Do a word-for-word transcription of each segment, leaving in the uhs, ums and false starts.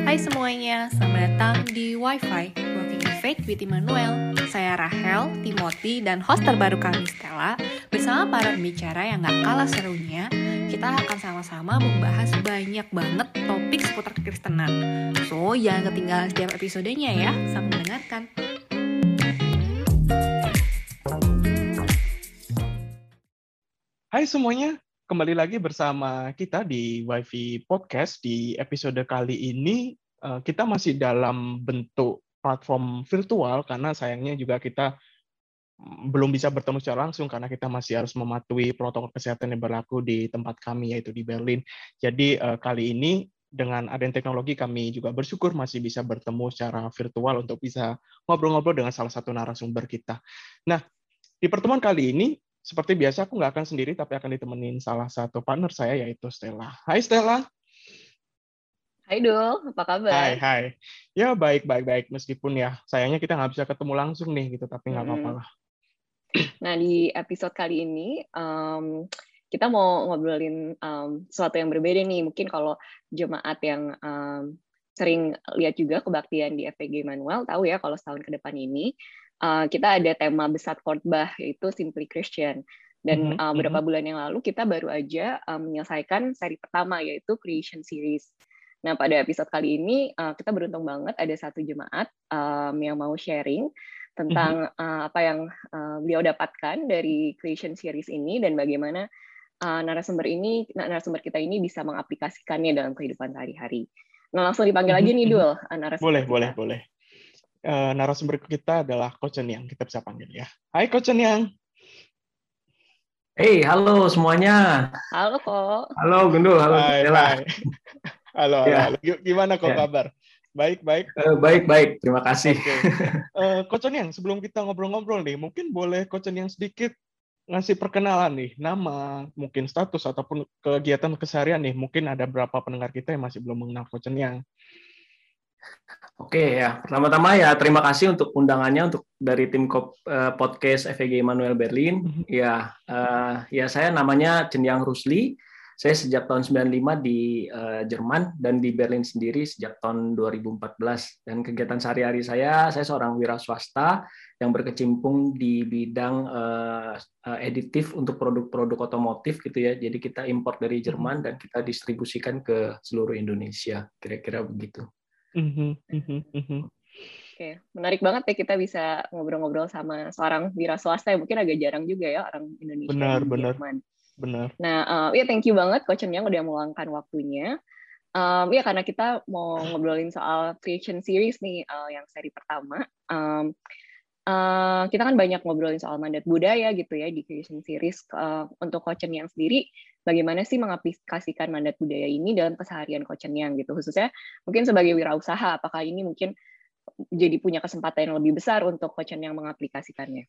Hai semuanya, selamat datang di Wi-Fi Walking in Faith with Immanuel. Saya Rahel, Timothy, dan host terbaru kami Stella. Bersama para pembicara yang gak kalah serunya, kita akan sama-sama membahas banyak banget topik seputar kekristenan. So, jangan ketinggalan setiap episodenya ya. Selamat mendengarkan. Hai semuanya, kembali lagi bersama kita di Wi-Fi Podcast. Di episode kali ini kita masih dalam bentuk platform virtual karena sayangnya juga kita belum bisa bertemu secara langsung karena kita masih harus mematuhi protokol kesehatan yang berlaku di tempat kami, yaitu di Berlin. Jadi kali ini dengan adanya teknologi kami juga bersyukur masih bisa bertemu secara virtual untuk bisa ngobrol-ngobrol dengan salah satu narasumber kita. Nah, di pertemuan kali ini seperti biasa, aku nggak akan sendiri, tapi akan ditemenin salah satu partner saya, yaitu Stella. Hai, Stella. Hai, Dul. Apa kabar? Hai, hai. Ya, baik, baik, baik. Meskipun ya, sayangnya kita nggak bisa ketemu langsung nih, gitu. Tapi nggak apa-apa lah. Nah, di episode kali ini, um, kita mau ngobrolin um, sesuatu yang berbeda nih. Mungkin kalau jemaat yang um, sering lihat juga kebaktian di F P G Immanuel, tahu ya kalau setahun ke depan ini, Uh, kita ada tema besar khotbah, yaitu Simply Christian. Dan uh, beberapa bulan yang lalu kita baru aja uh, menyelesaikan seri pertama, yaitu Creation Series. Nah, pada episode kali ini uh, kita beruntung banget ada satu jemaat um, yang mau sharing tentang uh, apa yang uh, beliau dapatkan dari Creation Series ini dan bagaimana uh, narasumber ini, narasumber kita ini bisa mengaplikasikannya dalam kehidupan sehari-hari. Nah, langsung dipanggil aja nih, Dul. Boleh, kita. boleh, boleh. Uh, narasumber kita adalah Coach Yang, kita bisa panggil ya. Hai Coach Yang. Hey, halo semuanya. Halo kok. Halo Gundul, halo hai, Stella. Hai. Halo, ya. halo. Gimana kok ya. kabar? Baik, baik. Uh, baik, baik. Terima kasih. Okay. Uh, Coach Yang, sebelum kita ngobrol-ngobrol nih, mungkin boleh Coach Yang sedikit ngasih perkenalan nih, nama, mungkin status ataupun kegiatan keseharian nih. Mungkin ada berapa pendengar kita yang masih belum mengenal Coach Yang. Oke ya, pertama-tama ya terima kasih untuk undangannya untuk dari tim uh, podcast F P G Immanuel Berlin. Mm-hmm. Ya, uh, ya saya namanya Chen Yang Rusli. Saya sejak tahun sembilan puluh lima di uh, Jerman dan di Berlin sendiri sejak tahun dua ribu empat belas. Dan kegiatan sehari-hari saya, saya seorang wira swasta yang berkecimpung di bidang uh, uh, editif untuk produk-produk otomotif gitu ya. Jadi kita import dari Jerman dan kita distribusikan ke seluruh Indonesia. Kira-kira begitu. Oke, okay. Menarik banget ya kita bisa ngobrol-ngobrol sama seorang wira swasta yang mungkin agak jarang juga ya orang Indonesia benar, di benar, Jerman. Benar. Nah, uh, ya thank you banget Coach Yang udah meluangkan waktunya. Um, ya karena kita mau ngobrolin soal Creation Series nih, uh, yang seri pertama. Um, uh, kita kan banyak ngobrolin soal mandat budaya gitu ya di Creation Series. Uh, untuk Coach Yang sendiri, bagaimana sih mengaplikasikan mandat budaya ini dalam keseharian Coach Yang gitu, khususnya mungkin sebagai wirausaha, apakah ini mungkin jadi punya kesempatan yang lebih besar untuk Coach Yang mengaplikasikannya?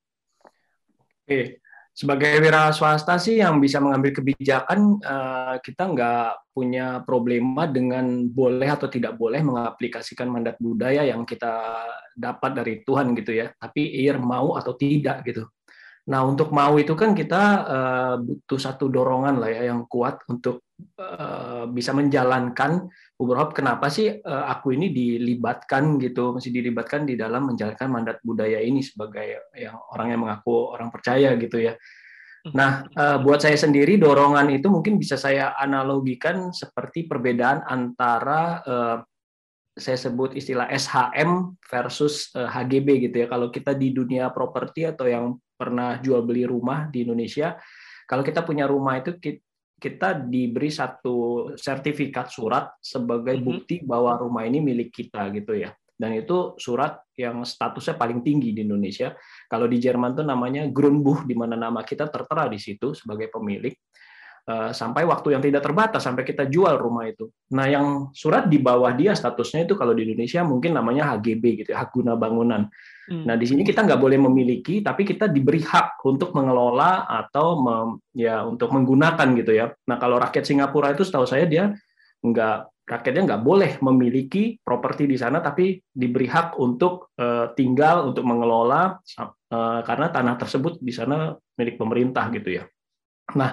Oke, sebagai wira swasta sih yang bisa mengambil kebijakan, kita nggak punya problema dengan boleh atau tidak boleh mengaplikasikan mandat budaya yang kita dapat dari Tuhan gitu ya, tapi either mau atau tidak gitu. Nah, untuk mau itu kan kita uh, butuh satu dorongan lah ya yang kuat untuk uh, bisa menjalankan beberapa kenapa sih uh, aku ini dilibatkan gitu, masih dilibatkan di dalam menjalankan mandat budaya ini sebagai yang orang yang mengaku orang percaya gitu ya. Nah, uh, buat saya sendiri dorongan itu mungkin bisa saya analogikan seperti perbedaan antara uh, saya sebut istilah S H M versus uh, H G B gitu ya. Kalau kita di dunia properti atau yang pernah jual beli rumah di Indonesia, kalau kita punya rumah itu kita diberi satu sertifikat surat sebagai bukti bahwa rumah ini milik kita gitu ya. Dan itu surat yang statusnya paling tinggi di Indonesia. Kalau di Jerman tuh namanya Grundbuch, di mana nama kita tertera di situ sebagai pemilik. Sampai waktu yang tidak terbatas, sampai kita jual rumah itu. Nah, yang surat di bawah dia statusnya itu kalau di Indonesia mungkin namanya H G B gitu, hak guna bangunan. Hmm. Nah, di sini kita nggak boleh memiliki, tapi kita diberi hak untuk mengelola atau mem, ya untuk menggunakan gitu ya. Nah, kalau rakyat Singapura itu setahu saya dia nggak rakyatnya nggak boleh memiliki properti di sana, tapi diberi hak untuk uh, tinggal, untuk mengelola uh, karena tanah tersebut di sana milik pemerintah gitu ya. Nah,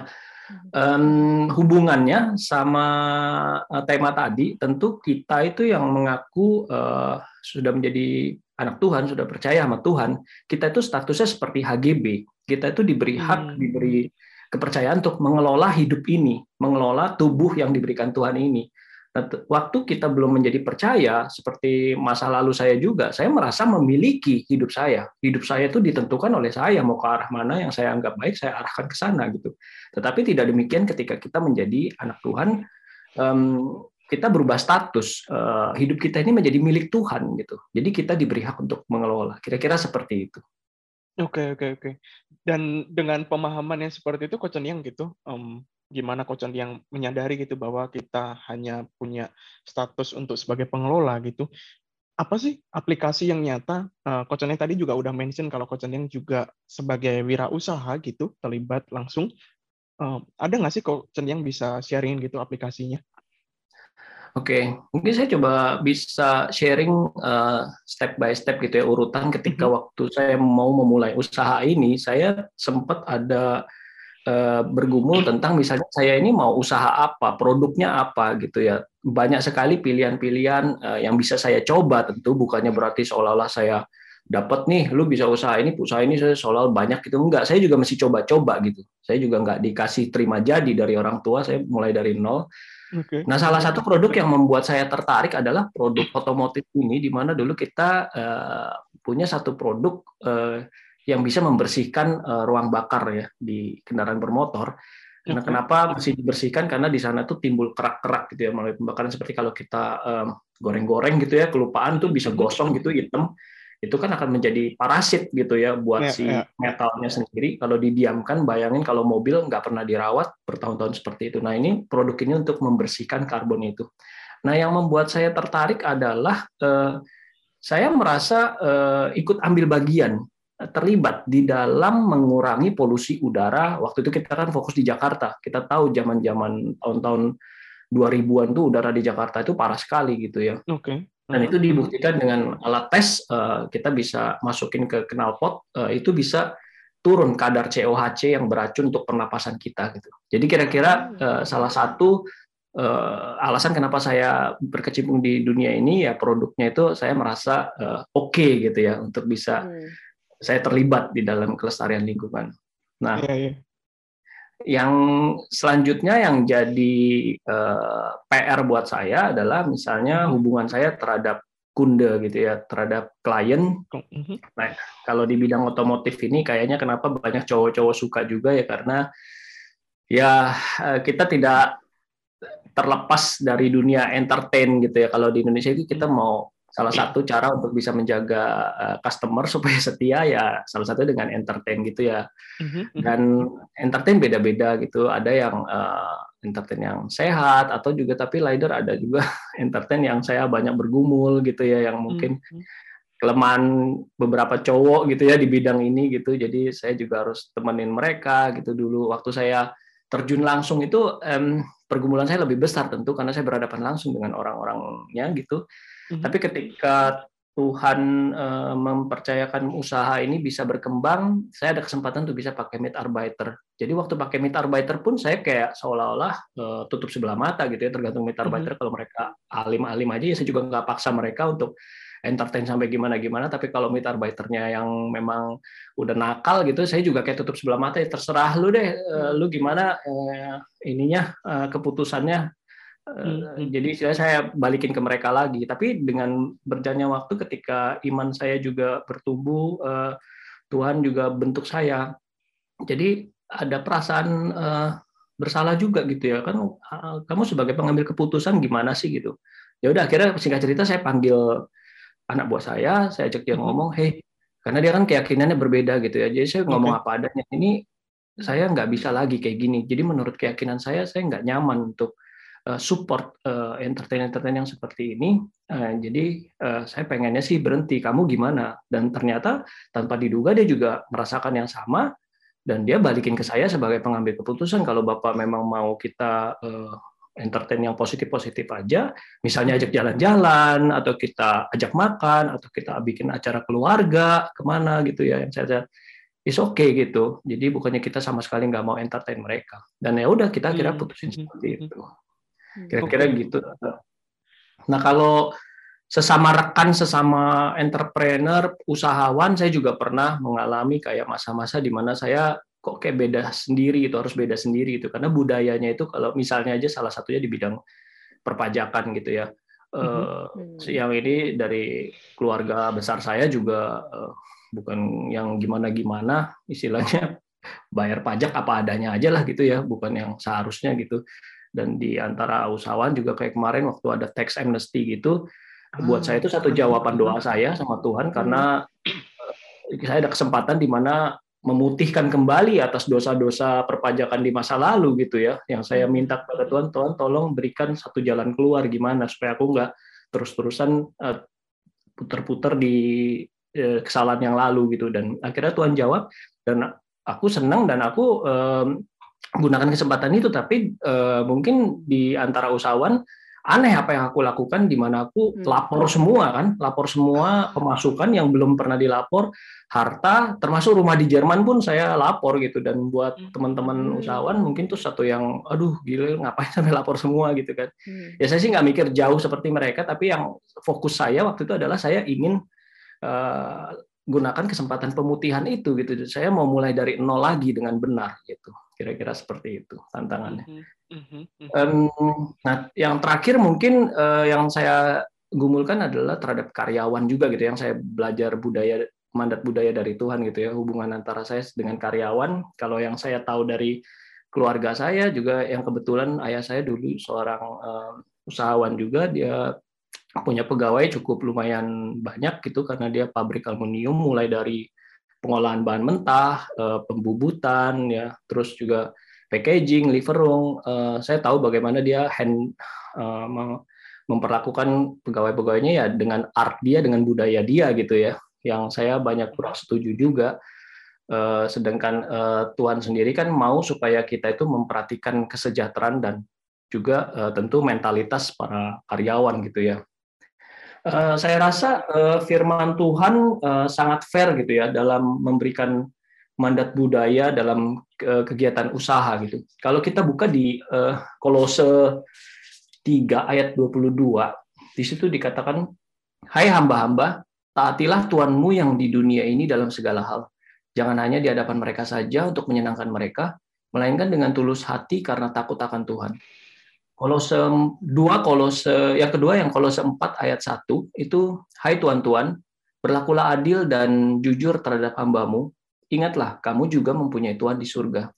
Um, hubungannya sama uh, tema tadi, tentu kita itu yang mengaku uh, sudah menjadi anak Tuhan, sudah percaya sama Tuhan, kita itu statusnya seperti H G B. Kita itu diberi hak, Hmm. diberi kepercayaan untuk mengelola hidup ini, mengelola tubuh yang diberikan Tuhan ini. Nah, waktu kita belum menjadi percaya, seperti masa lalu saya juga, saya merasa memiliki hidup saya. Hidup saya itu ditentukan oleh saya, mau ke arah mana yang saya anggap baik, saya arahkan ke sana gitu. Tetapi tidak demikian ketika kita menjadi anak Tuhan, um, kita berubah status. Uh, hidup kita ini menjadi milik Tuhan gitu. Jadi kita diberi hak untuk mengelola. Kira-kira seperti itu. Oke, oke, oke. Dan dengan pemahaman yang seperti itu, Coach Yang gitu, um, gimana Coach yang menyadari gitu bahwa kita hanya punya status untuk sebagai pengelola gitu. Apa sih aplikasi yang nyata? Uh, Coach yang tadi juga udah mention kalau Coach yang juga sebagai wirausaha gitu, terlibat langsung. Uh, ada nggak sih Coach yang bisa sharing gitu aplikasinya? Oke, mungkin saya coba bisa sharing uh, step by step gitu ya, urutan ketika Mhm. waktu saya mau memulai usaha ini, saya sempat ada uh, bergumul tentang misalnya saya ini mau usaha apa, produknya apa gitu ya. Banyak sekali pilihan-pilihan uh, yang bisa saya coba, tentu bukannya berarti seolah-olah saya dapat nih, lu bisa usaha ini, usaha ini saya seolah banyak gitu. Enggak, saya juga mesti coba-coba gitu. Saya juga nggak dikasih terima jadi dari orang tua, saya mulai dari nol. Oke. Nah, salah satu produk yang membuat saya tertarik adalah produk otomotif ini, di mana dulu kita uh, punya satu produk uh, yang bisa membersihkan uh, ruang bakar ya di kendaraan bermotor. Karena Oke. kenapa mesti dibersihkan? Karena di sana tuh timbul kerak-kerak gitu ya melalui pembakaran, seperti kalau kita um, goreng-goreng gitu ya, kelupaan tuh bisa gosong gitu hitam. Itu kan akan menjadi parasit gitu ya buat Ya, si ya. metalnya sendiri. Kalau didiamkan, bayangin kalau mobil nggak pernah dirawat bertahun-tahun seperti itu. Nah, ini produk ini untuk membersihkan karbon itu. Nah, yang membuat saya tertarik adalah eh, saya merasa eh, ikut ambil bagian, terlibat di dalam mengurangi polusi udara. Waktu itu kita kan fokus di Jakarta. Kita tahu zaman-zaman tahun-tahun dua ribuan tuh udara di Jakarta itu parah sekali gitu ya. Oke. Dan Mhm, itu mhm. dibuktikan dengan alat tes, uh, kita bisa masukin ke knalpot, uh, itu bisa turun kadar C O H C yang beracun untuk pernapasan kita gitu. Jadi kira-kira uh, salah satu uh, alasan kenapa saya berkecimpung di dunia ini ya produknya itu saya merasa uh, oke okay, gitu ya untuk bisa Hmm. saya terlibat di dalam kelestarian lingkungan. Nah, Iya, iya. yang selanjutnya yang jadi uh, P R buat saya adalah misalnya Mhm. hubungan saya terhadap kunde gitu ya, terhadap klien. Mhm. Nah, kalau di bidang otomotif ini kayaknya kenapa banyak cowok-cowok suka juga ya karena ya kita tidak terlepas dari dunia entertain gitu ya. Kalau di Indonesia itu kita mau salah satu cara untuk bisa menjaga uh, customer supaya setia ya salah satu dengan entertain gitu ya. Mhm. Dan entertain beda-beda gitu. Ada yang uh, entertain yang sehat atau juga tapi leader ada juga entertain yang saya banyak bergumul gitu ya, yang mungkin Mhm. kelemahan beberapa cowok gitu ya di bidang ini gitu. Jadi saya juga harus temenin mereka gitu dulu. Waktu saya terjun langsung itu um, pergumulan saya lebih besar tentu karena saya berhadapan langsung dengan orang-orangnya gitu. Mhm. Tapi ketika Tuhan uh, mempercayakan usaha ini bisa berkembang, saya ada kesempatan untuk bisa pakai Mitarbeiter. Jadi waktu pakai Mitarbeiter pun saya kayak seolah-olah uh, tutup sebelah mata gitu ya, tergantung Mitarbeiter. Mhm. Kalau mereka alim-alim aja ya saya juga nggak paksa mereka untuk entertain sampai gimana-gimana. Tapi kalau Mitarbeiternya yang memang udah nakal gitu, saya juga kayak tutup sebelah mata ya, terserah lu deh, uh, lu gimana uh, ininya uh, keputusannya. Mhm. Jadi saya balikin ke mereka lagi. Tapi dengan berjalannya waktu, ketika iman saya juga bertumbuh, Tuhan juga bentuk saya. Jadi ada perasaan bersalah juga gitu ya. Kan kamu sebagai pengambil keputusan gimana sih gitu. Ya udah akhirnya singkat cerita saya panggil anak buah saya, saya ajak dia ngomong, hey, karena dia kan keyakinannya berbeda gitu ya. Jadi saya ngomong Oke. apa adanya. Ini saya nggak bisa lagi kayak gini. Jadi menurut keyakinan saya, saya nggak nyaman untuk support uh, entertain-entertain yang seperti ini. Uh, jadi uh, saya pengennya sih berhenti. Kamu gimana? Dan ternyata tanpa diduga dia juga merasakan yang sama dan dia balikin ke saya sebagai pengambil keputusan. Kalau Bapak memang mau kita uh, entertain yang positif-positif aja, misalnya ajak jalan-jalan atau kita ajak makan atau kita bikin acara keluarga kemana gitu ya. Yang saya is okay gitu. Jadi bukannya kita sama sekali nggak mau entertain mereka. Dan ya udah kita kira putusin Hmm. seperti itu. Hmm. Kira-kira Oke. gitu. Nah kalau sesama rekan, sesama entrepreneur, usahawan, saya juga pernah mengalami kayak masa-masa di mana saya kok kayak beda sendiri, itu harus beda sendiri itu karena budayanya itu kalau misalnya aja salah satunya di bidang perpajakan gitu ya. Eh, yang ini dari keluarga besar saya juga eh, bukan yang gimana-gimana, istilahnya bayar pajak apa adanya aja lah gitu ya, bukan yang seharusnya gitu. Dan di antara usahawan juga kayak kemarin waktu ada tax amnesty gitu, buat saya itu satu jawaban doa saya sama Tuhan karena saya ada kesempatan di mana memutihkan kembali atas dosa-dosa perpajakan di masa lalu gitu ya. Yang saya minta kepada Tuhan, Tuhan tolong berikan satu jalan keluar gimana supaya aku nggak terus-terusan uh, putar-putar di uh, kesalahan yang lalu gitu. Dan akhirnya Tuhan jawab dan aku senang dan aku um, gunakan kesempatan itu. Tapi uh, mungkin di antara usahawan aneh apa yang aku lakukan di mana aku lapor semua kan, lapor semua pemasukan yang belum pernah dilapor, harta termasuk rumah di Jerman pun saya lapor gitu. Dan buat teman-teman usahawan mungkin tuh satu yang aduh gila ngapain sampai lapor semua gitu kan. Ya saya sih nggak mikir jauh seperti mereka, tapi yang fokus saya waktu itu adalah saya ingin uh, gunakan kesempatan pemutihan itu gitu. Saya mau mulai dari nol lagi dengan benar gitu. Kira-kira seperti itu tantangannya. Um, nah, yang terakhir mungkin uh, yang saya gumulkan adalah terhadap karyawan juga gitu. Yang saya belajar budaya, mandat budaya dari Tuhan gitu ya, hubungan antara saya dengan karyawan. Kalau yang saya tahu dari keluarga saya juga, yang kebetulan ayah saya dulu seorang uh, usahawan juga, dia punya pegawai cukup lumayan banyak gitu karena dia pabrik aluminium, mulai dari pengolahan bahan mentah, uh, pembubutan ya, terus juga packaging, liverung. Uh, saya tahu bagaimana dia hand uh, memperlakukan pegawai-pegawainya ya dengan art dia, dengan budaya dia gitu ya. Yang saya banyak kurang setuju juga. Uh, sedangkan uh, Tuhan sendiri kan mau supaya kita itu memperhatikan kesejahteraan dan juga uh, tentu mentalitas para karyawan gitu ya. Uh, saya rasa uh, firman Tuhan uh, sangat fair gitu ya dalam memberikan mandat budaya dalam kegiatan usaha gitu. Kalau kita buka di uh, Kolose tiga ayat dua puluh dua, di situ dikatakan, hai hamba-hamba, taatilah Tuhanmu yang di dunia ini dalam segala hal. Jangan hanya di hadapan mereka saja untuk menyenangkan mereka, melainkan dengan tulus hati karena takut akan Tuhan. Kolose dua, Kolose yang kedua yang Kolose empat ayat satu itu, hai tuan-tuan, berlakulah adil dan jujur terhadap hambamu. Ingatlah, kamu juga mempunyai Tuhan di surga.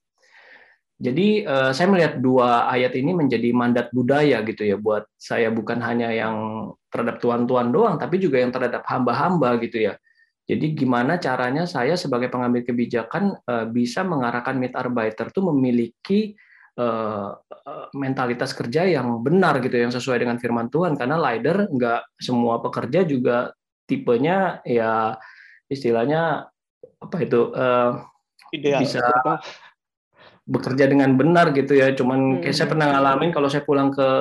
Jadi uh, saya melihat dua ayat ini menjadi mandat budaya gitu ya buat saya, bukan hanya yang terhadap tuan-tuan doang, tapi juga yang terhadap hamba-hamba gitu ya. Jadi gimana caranya saya sebagai pengambil kebijakan uh, bisa mengarahkan Mitarbeiter itu memiliki uh, mentalitas kerja yang benar gitu, yang sesuai dengan firman Tuhan. Karena leader nggak semua pekerja juga tipenya ya istilahnya apa itu uh, Ideal, bisa atau bekerja dengan benar gitu ya. Cuman kayak saya pernah ngalamin kalau saya pulang ke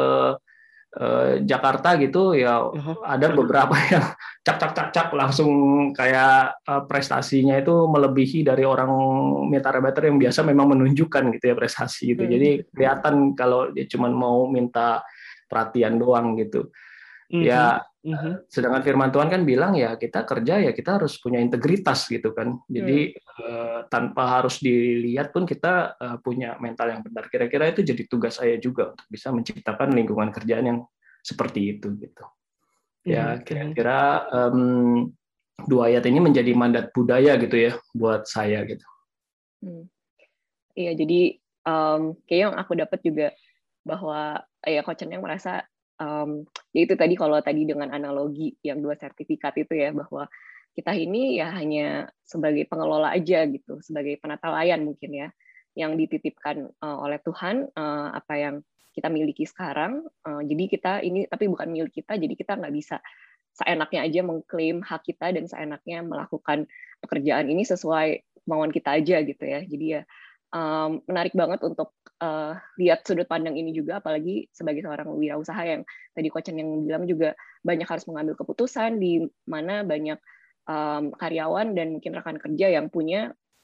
uh, Jakarta gitu ya, uh-huh. ada beberapa yang cak cak cak cak langsung kayak uh, prestasinya itu melebihi dari orang Mitarbeiter yang biasa memang menunjukkan gitu ya prestasi gitu. Jadi kelihatan kalau dia cuman mau minta perhatian doang gitu. Uh-huh. Ya Uh-huh. sedangkan firman Tuhan kan bilang ya kita kerja ya kita harus punya integritas gitu kan. Jadi hmm. uh, tanpa harus dilihat pun kita uh, punya mental yang benar. Kira-kira itu jadi tugas saya juga untuk bisa menciptakan lingkungan kerjaan yang seperti itu gitu. Ya kira-kira um, dua ayat ini menjadi mandat budaya gitu ya buat saya gitu. Hmm. Iya, jadi um, kayaknya yang aku dapat juga bahwa ya Coach yang merasa Um, ya itu tadi kalau tadi dengan analogi yang dua sertifikat itu ya, bahwa kita ini ya hanya sebagai pengelola aja gitu, sebagai penata layan mungkin ya, yang dititipkan uh, oleh Tuhan uh, apa yang kita miliki sekarang. Uh, jadi kita ini tapi bukan milik kita, jadi kita nggak bisa seenaknya aja mengklaim hak kita dan seenaknya melakukan pekerjaan ini sesuai kemauan kita aja gitu ya. Jadi ya Um, menarik banget untuk uh, lihat sudut pandang ini juga, apalagi sebagai seorang wirausaha yang tadi Coach yang bilang juga banyak harus mengambil keputusan di mana banyak um, karyawan dan mungkin rekan kerja yang punya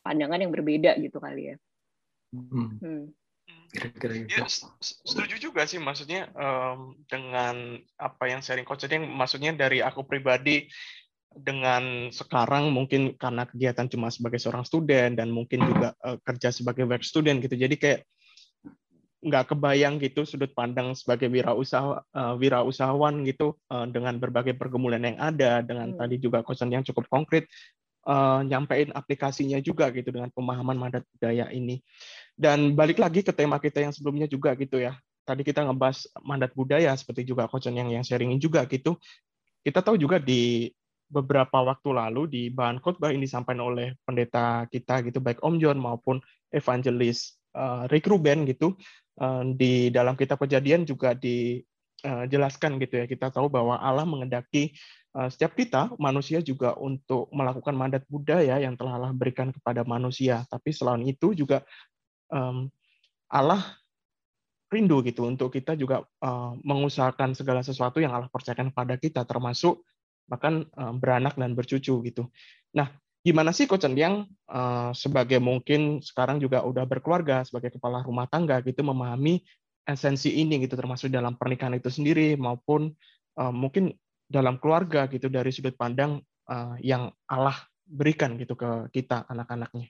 pandangan yang berbeda gitu kali ya. Hmm. Hmm. Kira-kira gitu. Ya, setuju juga sih, maksudnya um, dengan apa yang sharing Coach yang maksudnya dari aku pribadi, dengan sekarang mungkin karena kegiatan cuma sebagai seorang student dan mungkin juga uh, kerja sebagai work student gitu, jadi kayak nggak kebayang gitu sudut pandang sebagai wirausaha uh, wirausahawan gitu, uh, dengan berbagai pergumulan yang ada, dengan Hmm. tadi juga Coach yang cukup konkret uh, nyampein aplikasinya juga gitu dengan pemahaman mandat budaya ini. Dan balik lagi ke tema kita yang sebelumnya juga gitu ya. Tadi kita ngebahas mandat budaya seperti juga Coach yang yang sharingin juga gitu. Kita tahu juga di beberapa waktu lalu di bahan khotbah ini disampaikan oleh pendeta kita gitu, baik Om John maupun evangelis uh, Rick Ruben gitu, uh, di dalam kitab Kejadian juga dijelaskan gitu ya. Kita tahu bahwa Allah mengendaki uh, setiap kita manusia juga untuk melakukan mandat budaya yang telah Allah berikan kepada manusia. Tapi selain itu juga um, Allah rindu gitu untuk kita juga uh, mengusahakan segala sesuatu yang Allah percayakan kepada kita, termasuk bahkan uh, beranak dan bercucu gitu. Nah, gimana sih Coach yang uh, sebagai mungkin sekarang juga udah berkeluarga sebagai kepala rumah tangga gitu memahami esensi ini gitu, termasuk dalam pernikahan itu sendiri maupun uh, mungkin dalam keluarga gitu dari sudut pandang uh, yang Allah berikan gitu ke kita anak-anaknya.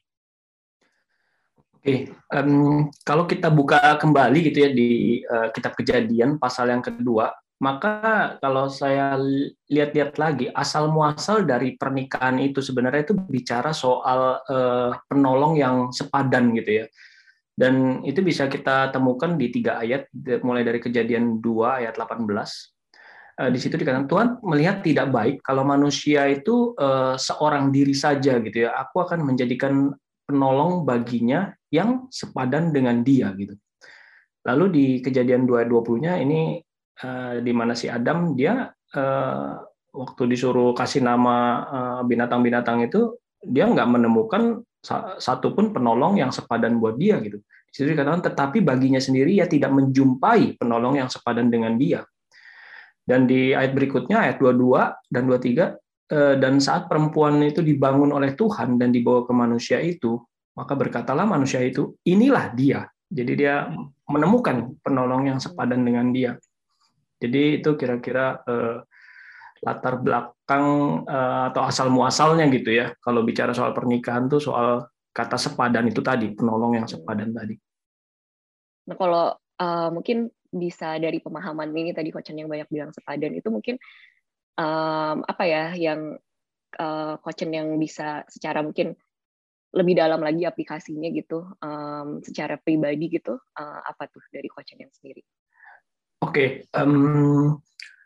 Oke, um, kalau kita buka kembali gitu ya di uh, kitab Kejadian pasal yang kedua, maka kalau saya lihat-lihat lagi asal muasal dari pernikahan itu sebenarnya itu bicara soal uh, penolong yang sepadan gitu ya. Dan itu bisa kita temukan di tiga ayat, mulai dari Kejadian dua ayat delapan belas. Uh, di situ dikatakan Tuhan melihat tidak baik kalau manusia itu uh, seorang diri saja gitu ya. Aku akan menjadikan penolong baginya yang sepadan dengan dia gitu. Lalu di Kejadian dua ayat dua puluh-nya ini uh, di mana si Adam dia uh, waktu disuruh kasih nama uh, binatang-binatang itu dia nggak menemukan satupun penolong yang sepadan buat dia gitu. Di situ dikatakan tetapi baginya sendiri ia tidak menjumpai penolong yang sepadan dengan dia. Dan di ayat berikutnya ayat dua puluh dua dan dua puluh tiga, dan saat perempuan itu dibangun oleh Tuhan dan dibawa ke manusia itu, maka berkatalah manusia itu, inilah dia. Jadi dia menemukan penolong yang sepadan dengan dia. Jadi itu kira-kira eh, latar belakang eh, atau asal muasalnya gitu ya. Kalau bicara soal pernikahan tuh soal kata sepadan itu tadi, penolong yang sepadan tadi. Nah kalau uh, mungkin bisa dari pemahaman ini tadi Coach yang banyak bilang sepadan itu mungkin um, apa ya yang uh, Coach yang bisa secara mungkin lebih dalam lagi aplikasinya gitu, um, secara pribadi gitu, uh, apa tuh dari Coach yang sendiri? Oke, okay, um,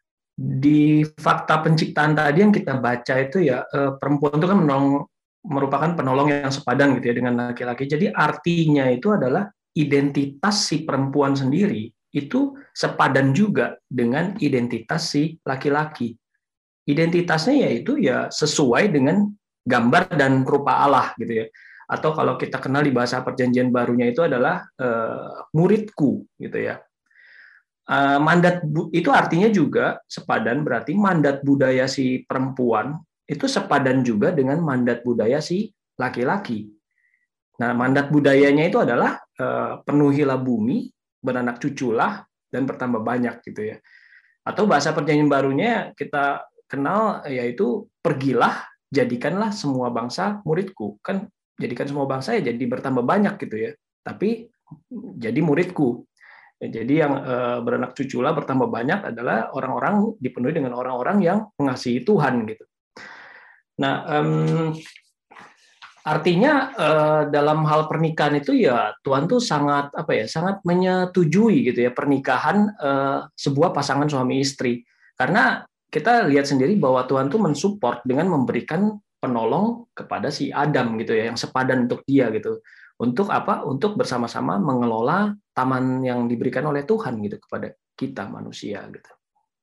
di fakta penciptaan tadi yang kita baca itu ya uh, perempuan itu kan menolong, merupakan penolong yang sepadan gitu ya dengan laki-laki. Jadi artinya itu adalah identitas si perempuan sendiri itu sepadan juga dengan identitas si laki-laki. Identitasnya yaitu ya sesuai dengan gambar dan rupa Allah gitu ya. Atau kalau kita kenal di bahasa Perjanjian Barunya itu adalah uh, muridku gitu ya. Uh, mandat itu artinya juga sepadan, berarti mandat budaya si perempuan itu sepadan juga dengan mandat budaya si laki-laki. Nah, mandat budayanya itu adalah uh, penuhilah bumi, beranak cuculah dan bertambah banyak gitu ya. Atau bahasa Perjanjian Barunya kita kenal yaitu pergilah, jadikanlah semua bangsa muridku. Kan jadikan semua bangsa ya jadi bertambah banyak gitu ya. Tapi jadi muridku. Ya, jadi yang eh, beranak cuculah bertambah banyak adalah orang-orang dipenuhi dengan orang-orang yang mengasihi Tuhan gitu. Nah, um, artinya eh, dalam hal pernikahan itu ya Tuhan tuh sangat apa ya sangat menyetujui gitu ya pernikahan eh, sebuah pasangan suami istri, karena kita lihat sendiri bahwa Tuhan tuh mensupport dengan memberikan penolong kepada si Adam gitu ya yang sepadan untuk dia gitu, untuk apa untuk bersama-sama mengelola taman yang diberikan oleh Tuhan gitu kepada kita manusia gitu.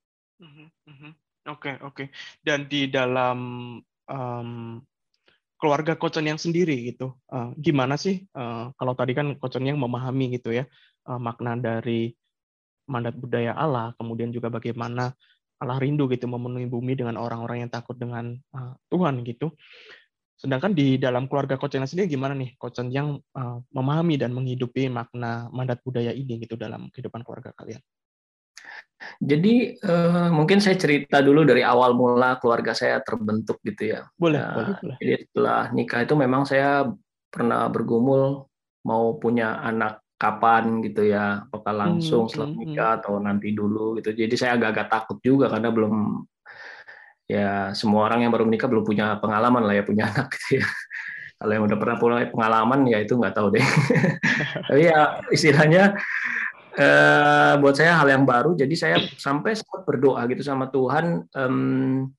Oke oke. Dan di dalam um, keluarga Coach yang sendiri gitu, uh, gimana sih uh, kalau tadi kan Coach yang memahami gitu ya uh, makna dari mandat budaya Allah, kemudian juga bagaimana Allah rindu gitu memenuhi bumi dengan orang-orang yang takut dengan uh, Tuhan gitu. Sedangkan di dalam keluarga Coach Chen sendiri gimana nih, Coach Chen yang uh, memahami dan menghidupi makna mandat budaya ini gitu dalam kehidupan keluarga kalian? Jadi uh, mungkin saya cerita dulu dari awal mula keluarga saya terbentuk gitu ya. Boleh, uh, boleh, boleh. Jadi setelah nikah itu memang saya pernah bergumul mau punya anak kapan gitu ya, apakah langsung Hmm, setelah hmm, nikah atau nanti dulu gitu. Jadi saya agak-agak takut juga karena belum, ya semua orang yang baru menikah belum punya pengalaman lah ya punya anak gitu ya. Kalau yang udah pernah punya pengalaman ya itu nggak tahu deh. Tapi ya istilahnya eh, buat saya hal yang baru. Jadi saya sampai sempat berdoa gitu sama Tuhan. em,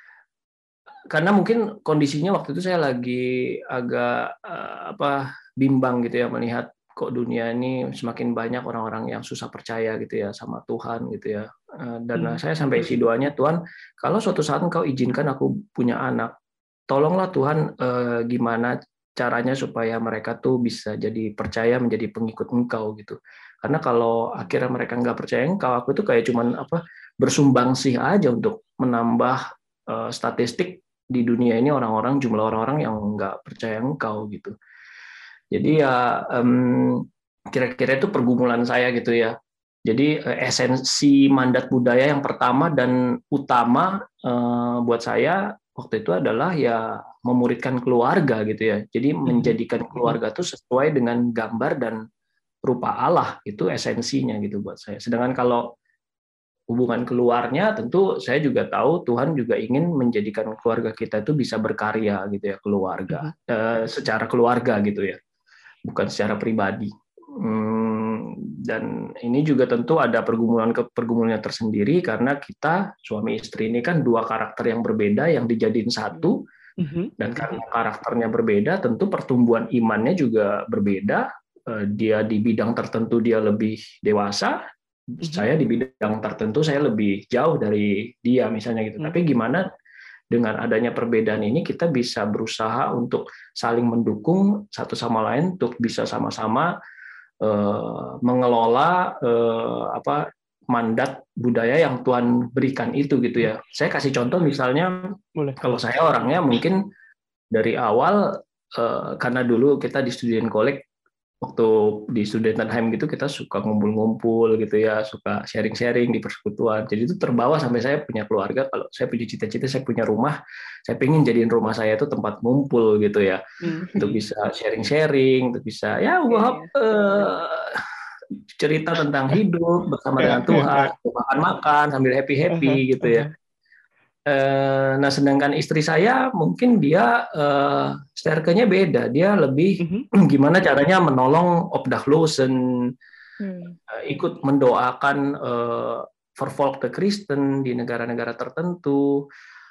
karena mungkin kondisinya waktu itu saya lagi agak eh, apa bimbang gitu ya melihat kok dunia ini semakin banyak orang-orang yang susah percaya gitu ya sama Tuhan gitu ya. Eh, Dan hmm, saya sampai isi doanya, Tuhan, kalau suatu saat Engkau izinkan aku punya anak, tolonglah Tuhan, eh, gimana caranya supaya mereka tuh bisa jadi percaya menjadi pengikut Engkau gitu. Karena kalau akhirnya mereka nggak percaya Engkau, aku tuh kayak cuman apa bersumbangsih aja untuk menambah eh, statistik di dunia ini orang-orang jumlah orang-orang yang nggak percaya Engkau gitu. Jadi ya em, kira-kira itu pergumulan saya gitu ya. Jadi eh, esensi mandat budaya yang pertama dan utama eh, buat saya waktu itu adalah ya memuridkan keluarga gitu ya. Jadi menjadikan keluarga itu sesuai dengan gambar dan rupa Allah, itu esensinya gitu buat saya. Sedangkan kalau hubungan keluarnya tentu saya juga tahu Tuhan juga ingin menjadikan keluarga kita itu bisa berkarya gitu ya, keluarga eh, secara keluarga gitu ya, bukan secara pribadi. Hmm, dan ini juga tentu ada pergumulan ke pergumulannya tersendiri karena kita suami istri ini kan dua karakter yang berbeda yang dijadiin satu, dan karena karakternya berbeda tentu pertumbuhan imannya juga berbeda. Eh, Dia di bidang tertentu dia lebih dewasa, saya di bidang tertentu saya lebih jauh dari dia misalnya gitu. Tapi gimana dengan adanya perbedaan ini kita bisa berusaha untuk saling mendukung satu sama lain untuk bisa sama-sama eh, mengelola eh, apa mandat budaya yang Tuhan berikan itu gitu ya. Saya kasih contoh misalnya, Boleh. kalau saya orangnya mungkin dari awal eh, karena dulu kita di student college, waktu di Studentenheim gitu kita suka ngumpul-ngumpul gitu ya, suka sharing-sharing di persekutuan. Jadi itu terbawa sampai saya punya keluarga. Kalau saya punya cita-cita, saya punya rumah, saya pengen jadiin rumah saya itu tempat ngumpul gitu ya, Hmm. untuk bisa sharing-sharing, untuk bisa ya wah, eh, cerita tentang hidup bersama dengan Tuhan, makan-makan sambil happy-happy gitu ya. Nah, sedangkan istri saya mungkin dia eh, sterkenya beda. Dia lebih gimana caranya menolong Obdachlosen, Hmm. eh, ikut mendoakan eh, vervolgte Kristen di negara-negara tertentu.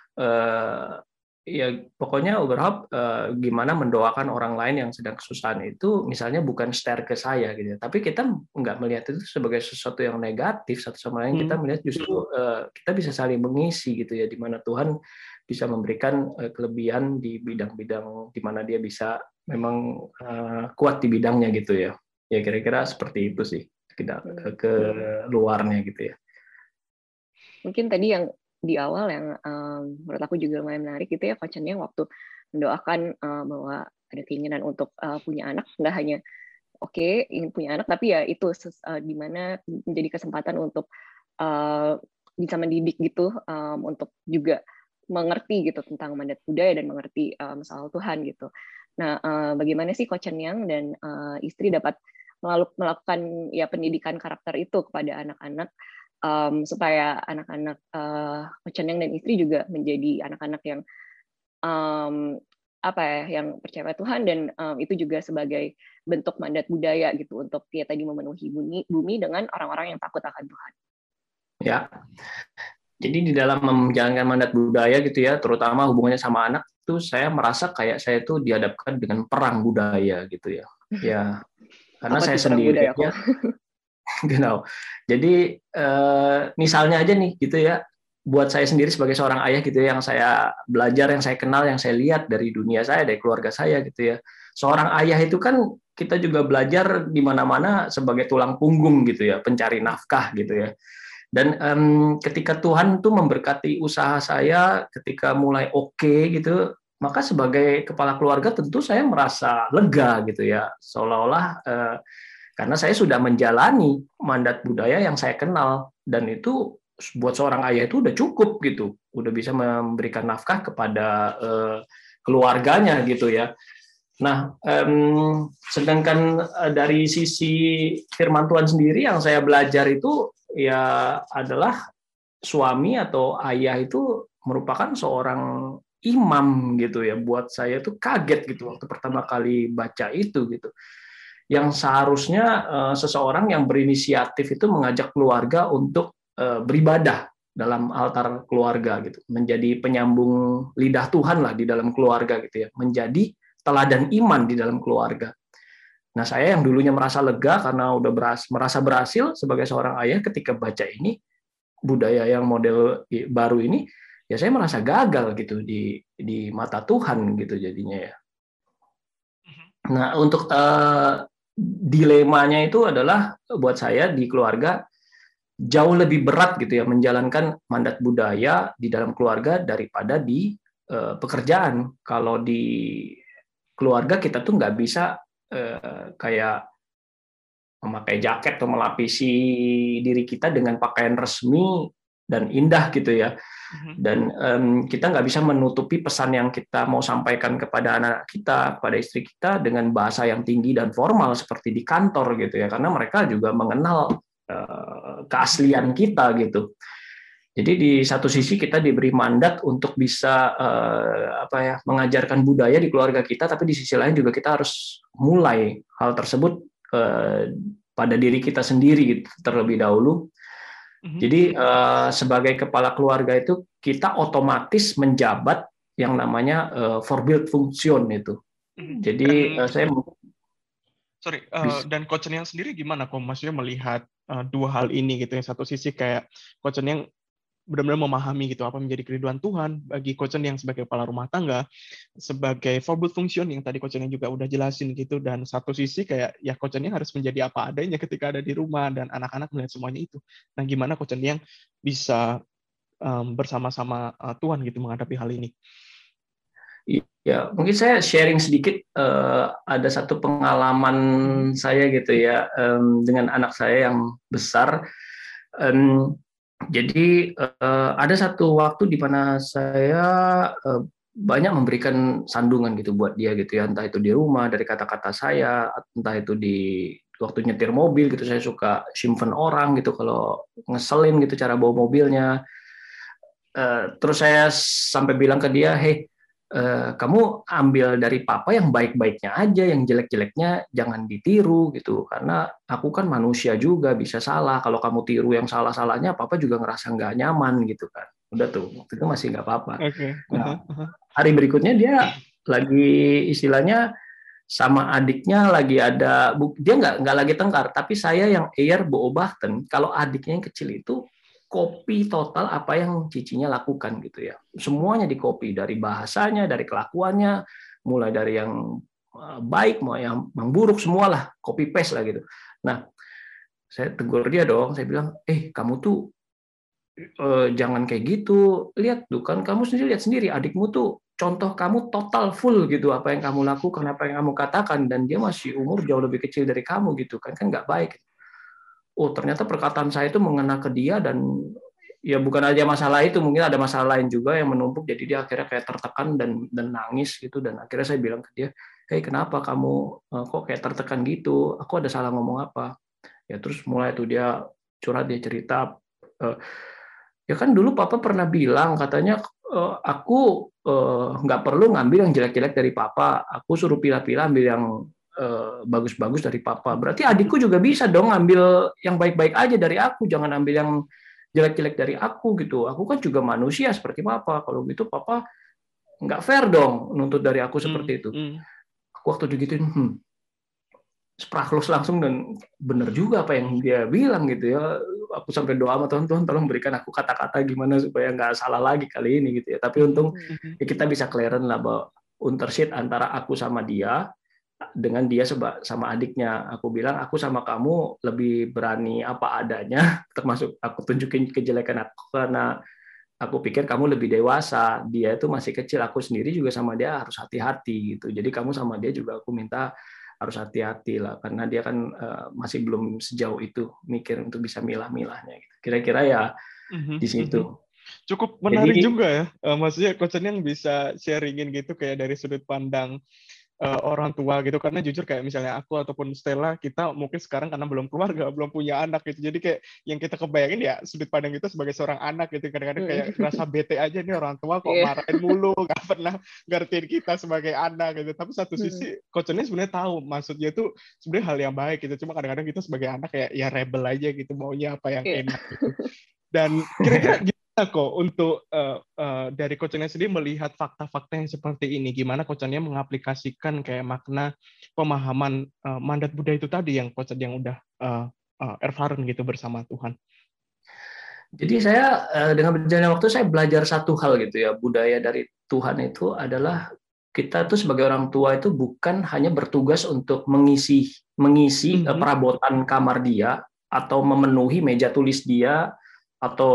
Eh, ya pokoknya überhaupt eh, gimana mendoakan orang lain yang sedang kesusahan itu, misalnya bukan sterke saya gitu ya. Tapi kita nggak melihat itu sebagai sesuatu yang negatif satu sama lain. Kita melihat justru eh, kita bisa saling mengisi gitu ya, di mana Tuhan bisa memberikan eh, kelebihan di bidang-bidang di mana dia bisa memang eh, kuat di bidangnya gitu ya. Ya kira-kira seperti itu sih, tidak ke luarnya gitu ya. Mungkin tadi yang di awal yang um, menurut aku juga lumayan menarik gitu ya, Coach Chen yang waktu mendoakan uh, bahwa ada keinginan untuk uh, punya anak, nggak hanya oke okay, ingin punya anak, tapi ya itu uh, di mana menjadi kesempatan untuk uh, bisa mendidik gitu, um, untuk juga mengerti gitu tentang mandat budaya dan mengerti um, soal Tuhan gitu. Nah, uh, bagaimana sih Coach Chen Yang dan uh, istri dapat melakukan ya pendidikan karakter itu kepada anak-anak, Um, supaya anak-anak uh, Coach Chen Yang dan istri juga menjadi anak-anak yang um, apa ya, yang percaya pada Tuhan, dan um, itu juga sebagai bentuk mandat budaya gitu untuk ya tadi memenuhi bumi, bumi dengan orang-orang yang takut akan Tuhan. Ya, jadi di dalam menjalankan mandat budaya gitu ya, terutama hubungannya sama anak, itu saya merasa kayak saya tuh dihadapkan dengan perang budaya gitu ya. Ya, karena apa saya budaya, sendiri aja. Genau. Jadi eh, misalnya aja nih gitu ya, buat saya sendiri sebagai seorang ayah gitu ya, yang saya belajar, yang saya kenal, yang saya lihat dari dunia saya, dari keluarga saya gitu ya. Seorang ayah itu kan kita juga belajar di mana-mana sebagai tulang punggung gitu ya, pencari nafkah gitu ya. Dan um, ketika Tuhan tuh memberkati usaha saya, ketika mulai oke okay, gitu, maka sebagai kepala keluarga tentu saya merasa lega gitu ya, seolah-olah eh, karena saya sudah menjalani mandat budaya yang saya kenal, dan itu buat seorang ayah itu udah cukup gitu, udah bisa memberikan nafkah kepada eh, keluarganya gitu ya. Nah, em, sedangkan dari sisi firman Tuhan sendiri yang saya belajar itu ya adalah suami atau ayah itu merupakan seorang imam gitu ya. Buat saya itu kaget gitu waktu pertama kali baca itu gitu. Yang seharusnya uh, seseorang yang berinisiatif itu mengajak keluarga untuk uh, beribadah dalam altar keluarga gitu, menjadi penyambung lidah Tuhan lah di dalam keluarga gitu ya, menjadi teladan iman di dalam keluarga. Nah, saya yang dulunya merasa lega karena udah beras, merasa berhasil sebagai seorang ayah, ketika baca ini budaya yang model baru ini, ya saya merasa gagal gitu di di mata Tuhan gitu jadinya ya. Nah, untuk uh, dilemanya itu adalah buat saya di keluarga jauh lebih berat gitu ya menjalankan mandat budaya di dalam keluarga daripada di uh, pekerjaan. Kalau di keluarga kita tuh nggak bisa eh, kayak memakai jaket atau melapisi diri kita dengan pakaian resmi dan indah gitu ya. Dan um, kita nggak bisa menutupi pesan yang kita mau sampaikan kepada anak kita, kepada istri kita dengan bahasa yang tinggi dan formal seperti di kantor gitu ya, karena mereka juga mengenal uh, keaslian kita gitu. Jadi di satu sisi kita diberi mandat untuk bisa uh, apa ya mengajarkan budaya di keluarga kita, tapi di sisi lain juga kita harus mulai hal tersebut uh, pada diri kita sendiri gitu, terlebih dahulu. Jadi uh, sebagai kepala keluarga itu kita otomatis menjabat yang namanya uh, Vorbild Funktion itu. Jadi dan, uh, saya sorry uh, dan Coach yang sendiri gimana kok maksudnya melihat uh, dua hal ini gitu. Yang satu sisi kayak Coach yang benar-benar memahami gitu apa menjadi keriduan Tuhan bagi Coach yang sebagai kepala rumah tangga, sebagai Vorbild Funktion yang tadi Coach yang juga udah jelasin gitu, dan satu sisi kayak ya Coach yang harus menjadi apa adanya ketika ada di rumah dan anak-anak melihat semuanya itu. Nah, gimana Coach yang bisa um, bersama-sama uh, Tuhan gitu menghadapi hal ini? Ya, mungkin saya sharing sedikit uh, ada satu pengalaman saya gitu ya um, dengan anak saya yang besar. Um, Jadi uh, ada satu waktu di mana saya uh, banyak memberikan sandungan gitu buat dia gitu ya, entah itu di rumah dari kata-kata saya, entah itu di waktu nyetir mobil gitu, saya suka simpen orang gitu kalau ngeselin gitu cara bawa mobilnya. Uh, terus saya sampai bilang ke dia, hey, uh, kamu ambil dari papa yang baik-baiknya aja, yang jelek-jeleknya jangan ditiru gitu, karena aku kan manusia juga bisa salah. Kalau kamu tiru yang salah-salahnya, papa juga ngerasa nggak nyaman gitu kan. Udah tuh, waktu itu masih nggak apa-apa. Okay. Nah, hari berikutnya dia lagi istilahnya sama adiknya lagi ada, dia nggak nggak lagi tengkar, tapi saya yang air beobachten. Kalau adiknya yang kecil itu copy total apa yang cicinya lakukan gitu ya. Semuanya di copy, dari bahasanya, dari kelakuannya, mulai dari yang baik mau yang, yang buruk, semualah copy paste lah gitu. Nah, saya tegur dia dong, saya bilang, eh kamu tuh eh, jangan kayak gitu. Lihat tuh kan kamu sendiri lihat sendiri, adikmu tuh contoh kamu total full gitu, apa yang kamu lakukan, apa yang kamu katakan, dan dia masih umur jauh lebih kecil dari kamu gitu kan, kan nggak baik. Oh, ternyata perkataan saya itu mengena ke dia, dan ya bukan aja masalah itu, mungkin ada masalah lain juga yang menumpuk, jadi dia akhirnya kayak tertekan dan dan nangis gitu. Dan akhirnya saya bilang ke dia, hey, kenapa kamu kok kayak tertekan gitu, aku ada salah ngomong apa? Ya terus mulai tuh dia curhat, dia cerita, e, ya kan dulu papa pernah bilang katanya e, aku nggak e, perlu ngambil yang jelek-jelek dari papa, aku suruh pilih-pilih ambil yang bagus-bagus dari papa. Berarti adikku juga bisa dong ambil yang baik-baik aja dari aku, jangan ambil yang jelek-jelek dari aku gitu. Aku kan juga manusia seperti papa. Kalau gitu papa nggak fair dong nuntut dari aku seperti itu. Mm, mm. Aku waktu digituin, hmm, sprachlos langsung, dan bener juga apa yang dia bilang gitu ya. Aku sampai doa sama Tuhan, Tuhan tolong berikan aku kata-kata gimana supaya nggak salah lagi kali ini gitu ya. Tapi untung ya kita bisa clearan lah bahwa unterschied antara aku sama dia dengan dia sama adiknya. Aku bilang aku sama kamu lebih berani apa adanya, termasuk aku tunjukin kejelekan aku karena aku pikir kamu lebih dewasa, dia itu masih kecil, aku sendiri juga sama dia harus hati-hati gitu. Jadi kamu sama dia juga aku minta harus hati-hati lah, karena dia kan uh, masih belum sejauh itu mikir untuk bisa milah-milahnya. Gitu. Kira-kira ya Mm-hmm, di situ. mm-hmm. Cukup menarik Jadi, juga ya, uh, maksudnya Coach yang bisa sharingin gitu kayak dari sudut pandang uh, orang tua gitu, karena jujur kayak misalnya aku ataupun Stella, kita mungkin sekarang karena belum keluarga, belum punya anak gitu, jadi kayak yang kita kebayangin ya sudut pandang itu sebagai seorang anak gitu, kadang-kadang kayak rasa bete aja nih orang tua kok marahin mulu, nggak pernah ngertiin kita sebagai anak gitu. Tapi satu sisi Coach ini sebenarnya tahu maksudnya itu sebenarnya hal yang baik gitu, cuma kadang-kadang kita sebagai anak kayak ya rebel aja gitu, maunya apa yang enak gitu. Dan kira-kira gimana kok untuk uh, uh, dari Coach Nia sendiri melihat fakta-fakta yang seperti ini, gimana Coach Nia mengaplikasikan kayak makna pemahaman uh, mandat Buddha itu tadi yang Coach yang udah uh, uh, erfaren gitu bersama Tuhan. Jadi saya uh, dengan berjalannya waktu saya belajar satu hal gitu ya, budaya dari Tuhan itu adalah kita tuh sebagai orang tua itu bukan hanya bertugas untuk mengisi mengisi mm-hmm. uh, perabotan kamar dia atau memenuhi meja tulis dia atau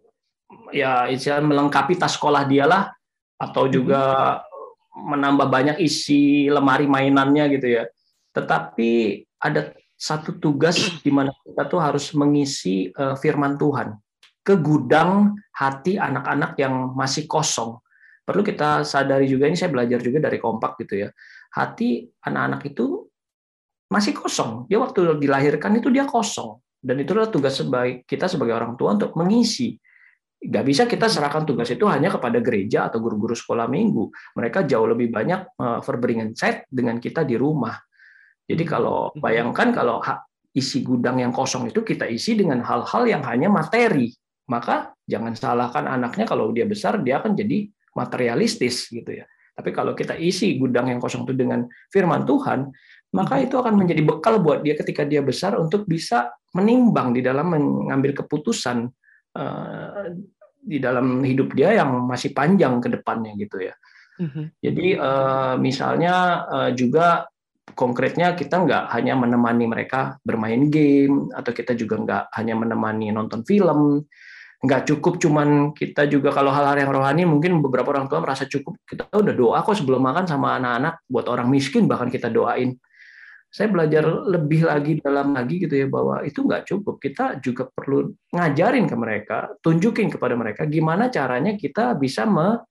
ya istilah melengkapi tas sekolah dia lah, atau juga mm-hmm. menambah banyak isi lemari mainannya gitu ya. Tetapi ada satu tugas di mana kita tuh harus mengisi uh, firman Tuhan ke gudang hati anak-anak yang masih kosong. Perlu kita sadari juga, ini saya belajar juga dari Kompak gitu ya. Hati anak-anak itu masih kosong. Dia waktu dilahirkan itu dia kosong. Dan itulah tugas sebaik kita sebagai orang tua untuk mengisi. Nggak bisa kita serahkan tugas itu hanya kepada gereja atau guru-guru sekolah minggu. Mereka jauh lebih banyak verberingensight dengan kita di rumah. Jadi kalau bayangkan kalau isi gudang yang kosong itu kita isi dengan hal-hal yang hanya materi, maka jangan salahkan anaknya kalau dia besar dia akan jadi materialistis gitu ya. Tapi kalau kita isi gudang yang kosong itu dengan firman Tuhan, maka itu akan menjadi bekal buat dia ketika dia besar untuk bisa menimbang di dalam mengambil keputusan uh, di dalam hidup dia yang masih panjang ke depannya gitu ya. Uh-huh. Jadi uh, misalnya uh, juga konkretnya kita nggak hanya menemani mereka bermain game, atau kita juga nggak hanya menemani nonton film, nggak cukup cuman kita juga kalau hal-hal yang rohani mungkin beberapa orang tua merasa cukup kita udah doa kok sebelum makan sama anak-anak, buat orang miskin bahkan kita doain. Saya belajar lebih lagi dalam lagi gitu ya, bahwa itu nggak cukup, kita juga perlu ngajarin ke mereka, tunjukin kepada mereka gimana caranya kita bisa me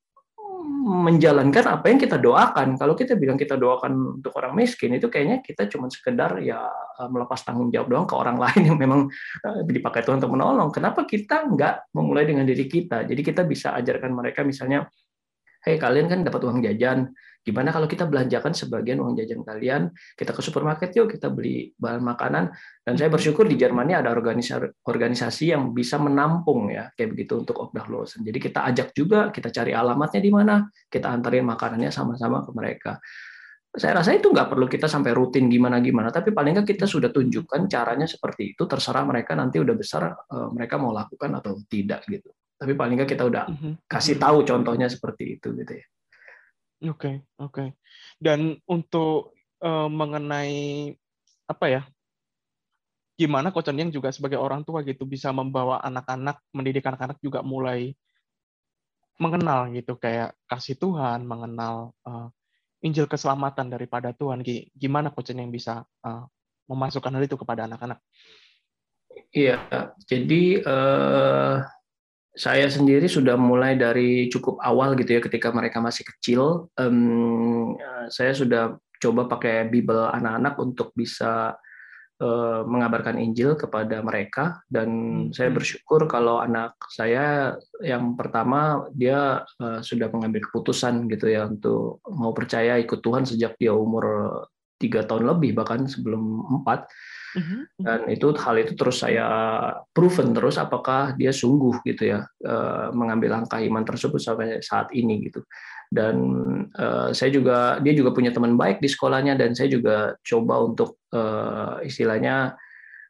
menjalankan apa yang kita doakan. Kalau kita bilang kita doakan untuk orang miskin, itu kayaknya kita cuma sekedar ya melepas tanggung jawab doang ke orang lain yang memang dipakai Tuhan untuk menolong. Kenapa kita nggak memulai dengan diri kita? Jadi kita bisa ajarkan mereka misalnya, hei kalian kan dapat uang jajan, gimana kalau kita belanjakan sebagian uang jajan kalian, kita ke supermarket yuk, kita beli bahan makanan. Dan saya bersyukur di Jerman ada organisasi, organisasi yang bisa menampung ya kayak begitu untuk Obdachlosen. Jadi kita ajak juga, kita cari alamatnya di mana, kita antarin makanannya sama-sama ke mereka. Saya rasa itu nggak perlu kita sampai rutin gimana-gimana, tapi paling nggak kita sudah tunjukkan caranya seperti itu, terserah mereka nanti udah besar mereka mau lakukan atau tidak gitu. Tapi paling nggak kita udah kasih tahu contohnya seperti itu gitu ya. Oke, okay, oke. Okay. Dan untuk uh, mengenai apa ya? Gimana Coach yang juga sebagai orang tua gitu bisa membawa anak-anak, mendidik anak-anak juga mulai mengenal gitu kayak kasih Tuhan, mengenal uh, Injil keselamatan daripada Tuhan. Gimana Coach yang bisa uh, memasukkan hal itu kepada anak-anak? Iya, jadi uh... saya sendiri sudah mulai dari cukup awal gitu ya, ketika mereka masih kecil. Um, saya sudah coba pakai Bible anak-anak untuk bisa uh, mengabarkan Injil kepada mereka. Dan hmm. saya bersyukur kalau anak saya yang pertama, dia uh, sudah mengambil keputusan gitu ya, untuk mau percaya ikut Tuhan sejak dia umur tiga tahun lebih, bahkan sebelum empat. Dan itu hal itu terus saya proven terus apakah dia sungguh gitu ya mengambil langkah iman tersebut sampai saat ini gitu. Dan uh, saya juga dia juga punya teman baik di sekolahnya, dan saya juga coba untuk uh, istilahnya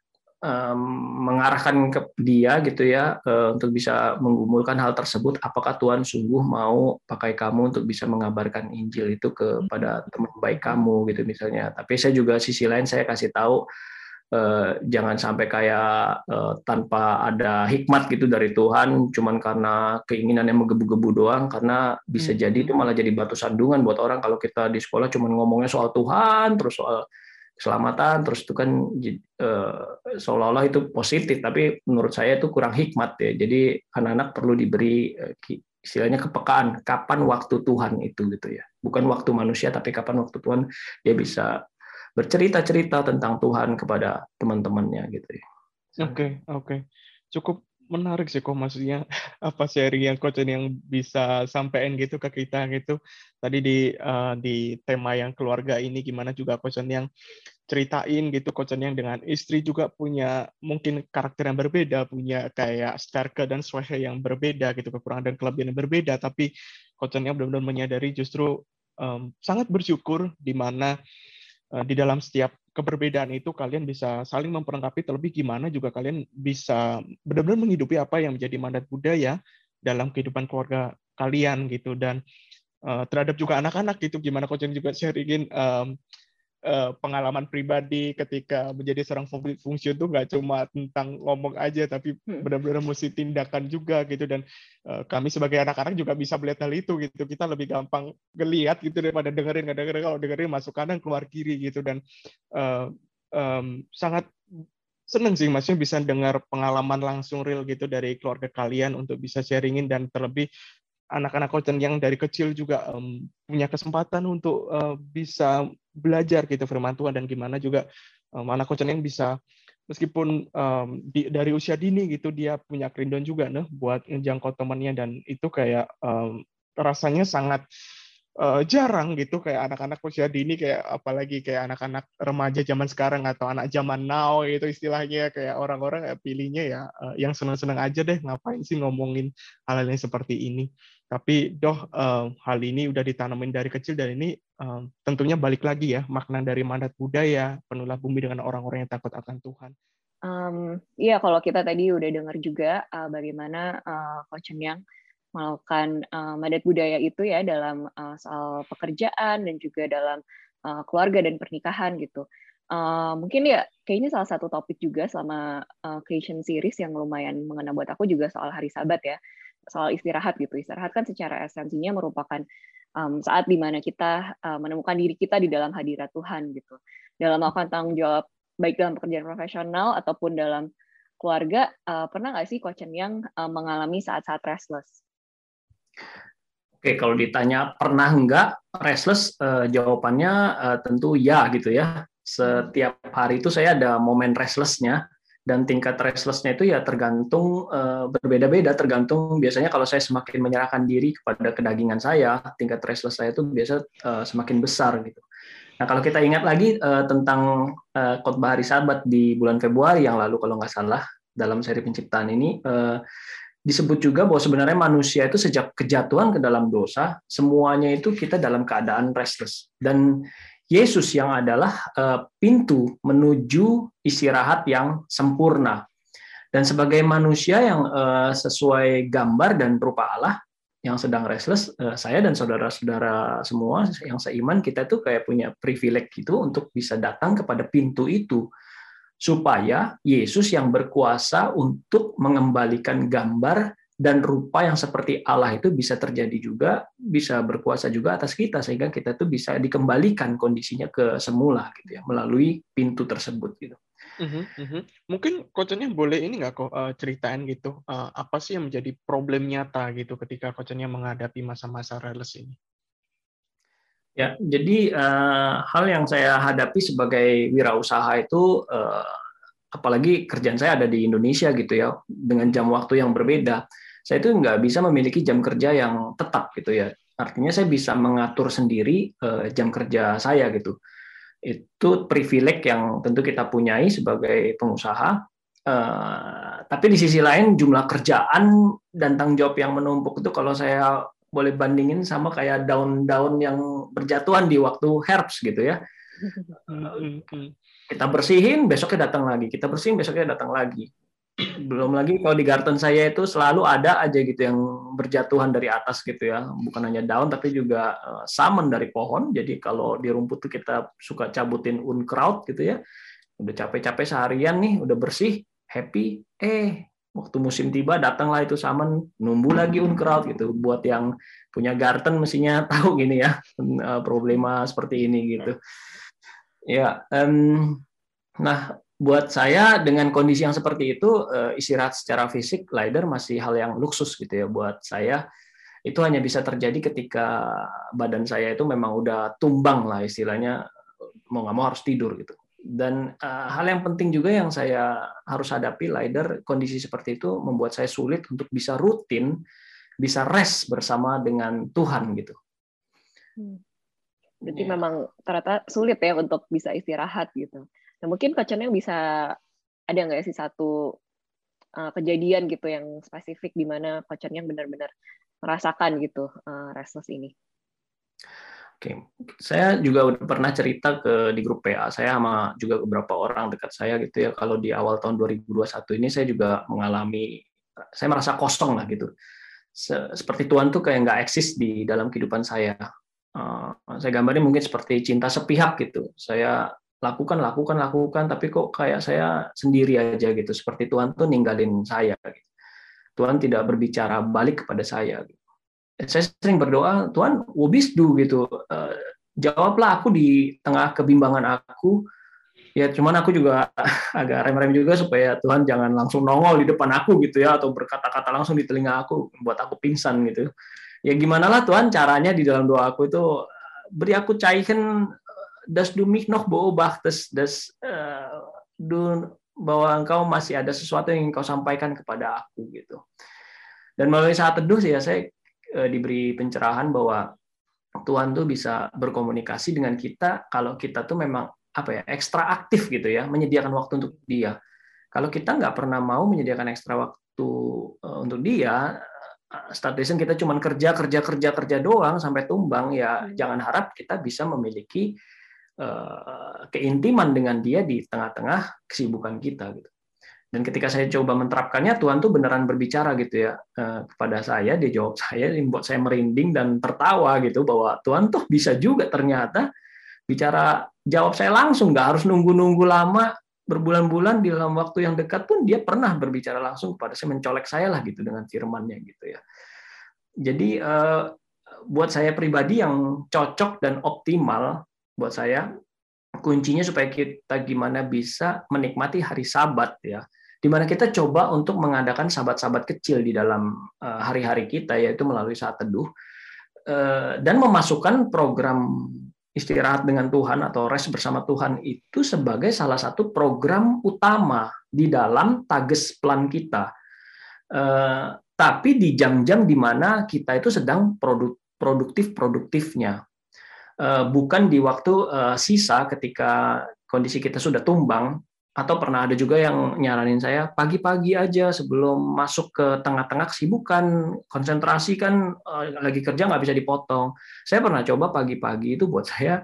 um, mengarahkan ke dia gitu ya, uh, untuk bisa menggumulkan hal tersebut. Apakah Tuhan sungguh mau pakai kamu untuk bisa mengabarkan Injil itu kepada teman baik kamu gitu misalnya. Tapi saya juga sisi lain saya kasih tahu, eh, jangan sampai kayak eh, tanpa ada hikmat gitu dari Tuhan, cuman karena keinginan yang menggebu-gebu doang, karena bisa Hmm, jadi itu hmm. malah jadi batu sandungan buat orang kalau kita di sekolah cuman ngomongnya soal Tuhan, terus soal keselamatan, terus itu kan eh, seolah-olah itu positif, tapi menurut saya itu kurang hikmat ya. Jadi anak-anak perlu diberi eh, ki- istilahnya kepekaan, kapan waktu Tuhan itu gitu ya, bukan waktu manusia, tapi kapan waktu Tuhan dia bisa bercerita-cerita tentang Tuhan kepada teman-temannya gitu ya. Oke, oke. Cukup menarik sih kok, maksudnya apa sharing yang coach yang bisa sampein gitu ke kita gitu. Tadi di eh, di tema yang keluarga ini gimana juga coach yang ceritain gitu, coach yang dengan istri juga punya mungkin karakter yang berbeda, punya kayak sterke dan swahhe yang berbeda gitu, kekurangan dan kelebihan yang berbeda, tapi coach yang benar-benar menyadari justru em, sangat bersyukur di mana eh, di dalam setiap keberbedaan itu kalian bisa saling memperlengkapi, terlebih gimana juga kalian bisa benar-benar menghidupi apa yang menjadi mandat budaya dalam kehidupan keluarga kalian gitu. Dan eh, terhadap juga anak-anak gitu, gimana coach juga sharingin em, eh, pengalaman pribadi ketika menjadi seorang public function itu nggak cuma tentang ngomong aja, tapi Hmm. benar-benar mesti tindakan juga gitu. Dan eh, kami sebagai anak-anak juga bisa melihat hal itu gitu. Kita lebih gampang ngelihat gitu daripada dengerin. Kadang-kadang kalau dengerin masuk kanan keluar kiri gitu. Dan eh, em, sangat seneng sih maksudnya bisa dengar pengalaman langsung real gitu dari keluarga kalian untuk bisa sharingin, dan terlebih anak-anak coach yang dari kecil juga um, punya kesempatan untuk uh, bisa belajar gitu firman Tuhan, dan gimana juga um, anak coach yang bisa meskipun um, di, dari usia dini gitu dia punya kerinduan juga nih buat menjangkau temannya, dan itu kayak um, rasanya sangat uh, jarang gitu kayak anak-anak usia dini, kayak apalagi kayak anak-anak remaja zaman sekarang atau anak zaman now itu istilahnya, kayak orang-orang ya pilihnya ya uh, yang seneng-seneng aja deh, ngapain sih ngomongin hal-hal yang seperti ini. Tapi doh uh, hal ini udah ditanamin dari kecil, dan ini uh, tentunya balik lagi ya makna dari mandat budaya penulah bumi dengan orang-orang yang takut akan Tuhan. Um, iya, kalau kita tadi udah dengar juga uh, bagaimana uh, Coach yang melakukan uh, mandat budaya itu ya dalam uh, soal pekerjaan dan juga dalam uh, keluarga dan pernikahan gitu. Uh, mungkin ya kayaknya salah satu topik juga selama uh, Creation Series yang lumayan mengena buat aku juga soal hari Sabat ya, soal istirahat gitu. Istirahat kan secara esensinya merupakan um, saat dimana kita uh, menemukan diri kita di dalam hadirat Tuhan gitu, dalam melakukan tanggung jawab baik dalam pekerjaan profesional ataupun dalam keluarga. Uh, pernah nggak sih Coach yang uh, mengalami saat-saat restless? Oke, kalau ditanya pernah enggak restless, eh, jawabannya eh, tentu ya gitu ya. Setiap hari itu saya ada momen restless-nya, dan tingkat restless-nya itu ya tergantung eh, berbeda-beda, tergantung biasanya kalau saya semakin menyerahkan diri kepada kedagingan saya, tingkat restless saya itu biasa eh, semakin besar gitu. Nah, kalau kita ingat lagi eh, tentang eh, khotbah hari Sabat di bulan Februari yang lalu kalau nggak salah dalam seri penciptaan ini, eh, disebut juga bahwa sebenarnya manusia itu sejak kejatuhan ke dalam dosa, semuanya itu kita dalam keadaan restless. Dan Yesus yang adalah uh, pintu menuju istirahat yang sempurna. Dan sebagai manusia yang uh, sesuai gambar dan rupa Allah yang sedang restless, uh, saya dan saudara-saudara semua yang seiman, kita tuh kayak punya privilege gitu untuk bisa datang kepada pintu itu, supaya Yesus yang berkuasa untuk mengembalikan gambar dan rupa yang seperti Allah itu bisa terjadi juga, bisa berkuasa juga atas kita, sehingga kita tuh bisa dikembalikan kondisinya ke semula gitu ya, melalui pintu tersebut gitu. Uh-huh, uh-huh. Mungkin coachnya boleh ini nggak kok uh, ceritain gitu, uh, apa sih yang menjadi problem nyata gitu ketika coachnya menghadapi masa-masa restless ini? Ya, jadi uh, hal yang saya hadapi sebagai wirausaha itu, uh, apalagi kerjaan saya ada di Indonesia gitu ya, dengan jam waktu yang berbeda, saya itu nggak bisa memiliki jam kerja yang tetap gitu ya. Artinya saya bisa mengatur sendiri uh, jam kerja saya gitu. Itu privilege yang tentu kita punyai sebagai pengusaha. Uh, tapi di sisi lain jumlah kerjaan dan tanggung jawab yang menumpuk itu kalau saya boleh bandingin sama kayak daun-daun yang berjatuhan di waktu herbs gitu ya. Kita bersihin, besoknya datang lagi. Kita bersihin, besoknya datang lagi. Belum lagi kalau di garden saya itu selalu ada aja gitu yang berjatuhan dari atas gitu ya. Bukan hanya daun, tapi juga samen dari pohon. Jadi kalau di rumput itu kita suka cabutin unkraut gitu ya. Udah capek-capek seharian nih, udah bersih, happy, eh waktu musim tiba datanglah itu saman, numbuh lagi unkraut gitu. Buat yang punya garden mestinya tahu gini ya, problema seperti ini gitu. Ya, um, nah buat saya dengan kondisi yang seperti itu, istirahat secara fisik, Leider masih hal yang luksus gitu ya buat saya. Itu hanya bisa terjadi ketika badan saya itu memang udah tumbang lah istilahnya, mau nggak mau harus tidur gitu. Dan uh, hal yang penting juga yang saya harus hadapi, Leider, kondisi seperti itu membuat saya sulit untuk bisa rutin, bisa rest bersama dengan Tuhan gitu. Berarti ya. Memang ternyata sulit ya untuk bisa istirahat gitu. Nah mungkin Coach yang bisa ada nggak sih satu uh, kejadian gitu yang spesifik di mana Coach yang benar-benar merasakan gitu uh, restless ini? Oke, saya juga udah pernah cerita ke di grup P A saya sama juga beberapa orang dekat saya gitu ya. Kalau di awal tahun dua ribu dua puluh satu ini saya juga mengalami, saya merasa kosong lah gitu. Seperti Tuhan tuh kayak nggak eksis di dalam kehidupan saya. Uh, saya gambarin mungkin seperti cinta sepihak gitu. Saya lakukan, lakukan, lakukan, tapi kok kayak saya sendiri aja gitu. Seperti Tuhan tuh ninggalin saya. Gitu. Tuhan tidak berbicara balik kepada saya. Gitu. Saya sering berdoa, Tuhan, wobisdu gitu, uh, jawablah aku di tengah kebimbangan aku. Ya, cuman aku juga agak rem-rem juga supaya Tuhan jangan langsung nongol di depan aku gitu ya, atau berkata-kata langsung di telinga aku, buat aku pingsan gitu. Ya gimana lah Tuhan caranya di dalam doa aku itu, beri aku caiken, das du mich noch beobachtes, das uh, du, bahwa engkau masih ada sesuatu yang engkau sampaikan kepada aku gitu. Dan melalui saat teduh sih ya saya diberi pencerahan bahwa Tuhan tuh bisa berkomunikasi dengan kita kalau kita tuh memang apa ya ekstra aktif gitu ya, menyediakan waktu untuk dia. Kalau kita nggak pernah mau menyediakan ekstra waktu untuk dia, statusnya kita cuma kerja kerja kerja kerja doang sampai tumbang ya, hmm. jangan harap kita bisa memiliki uh, keintiman dengan dia di tengah-tengah kesibukan kita gitu. Dan ketika saya coba menerapkannya, Tuhan tuh beneran berbicara gitu ya eh, kepada saya, dia jawab saya, membuat saya merinding dan tertawa gitu bahwa Tuhan tuh bisa juga ternyata bicara, jawab saya langsung, nggak harus nunggu-nunggu lama, berbulan-bulan, di dalam waktu yang dekat pun dia pernah berbicara langsung kepada saya, mencolek saya lah gitu dengan firman-Nya gitu ya. Jadi eh, buat saya pribadi yang cocok dan optimal buat saya, kuncinya supaya kita gimana bisa menikmati hari Sabat ya, di mana kita coba untuk mengadakan sabat-sabat kecil di dalam hari-hari kita, yaitu melalui saat teduh, dan memasukkan program istirahat dengan Tuhan atau rest bersama Tuhan itu sebagai salah satu program utama di dalam tages plan kita. Tapi di jam-jam di mana kita itu sedang produktif-produktifnya. Bukan di waktu sisa ketika kondisi kita sudah tumbang, atau pernah ada juga yang nyaranin saya pagi-pagi aja sebelum masuk ke tengah-tengah kesibukan, konsentrasi kan lagi kerja nggak bisa dipotong. Saya pernah coba pagi-pagi itu buat saya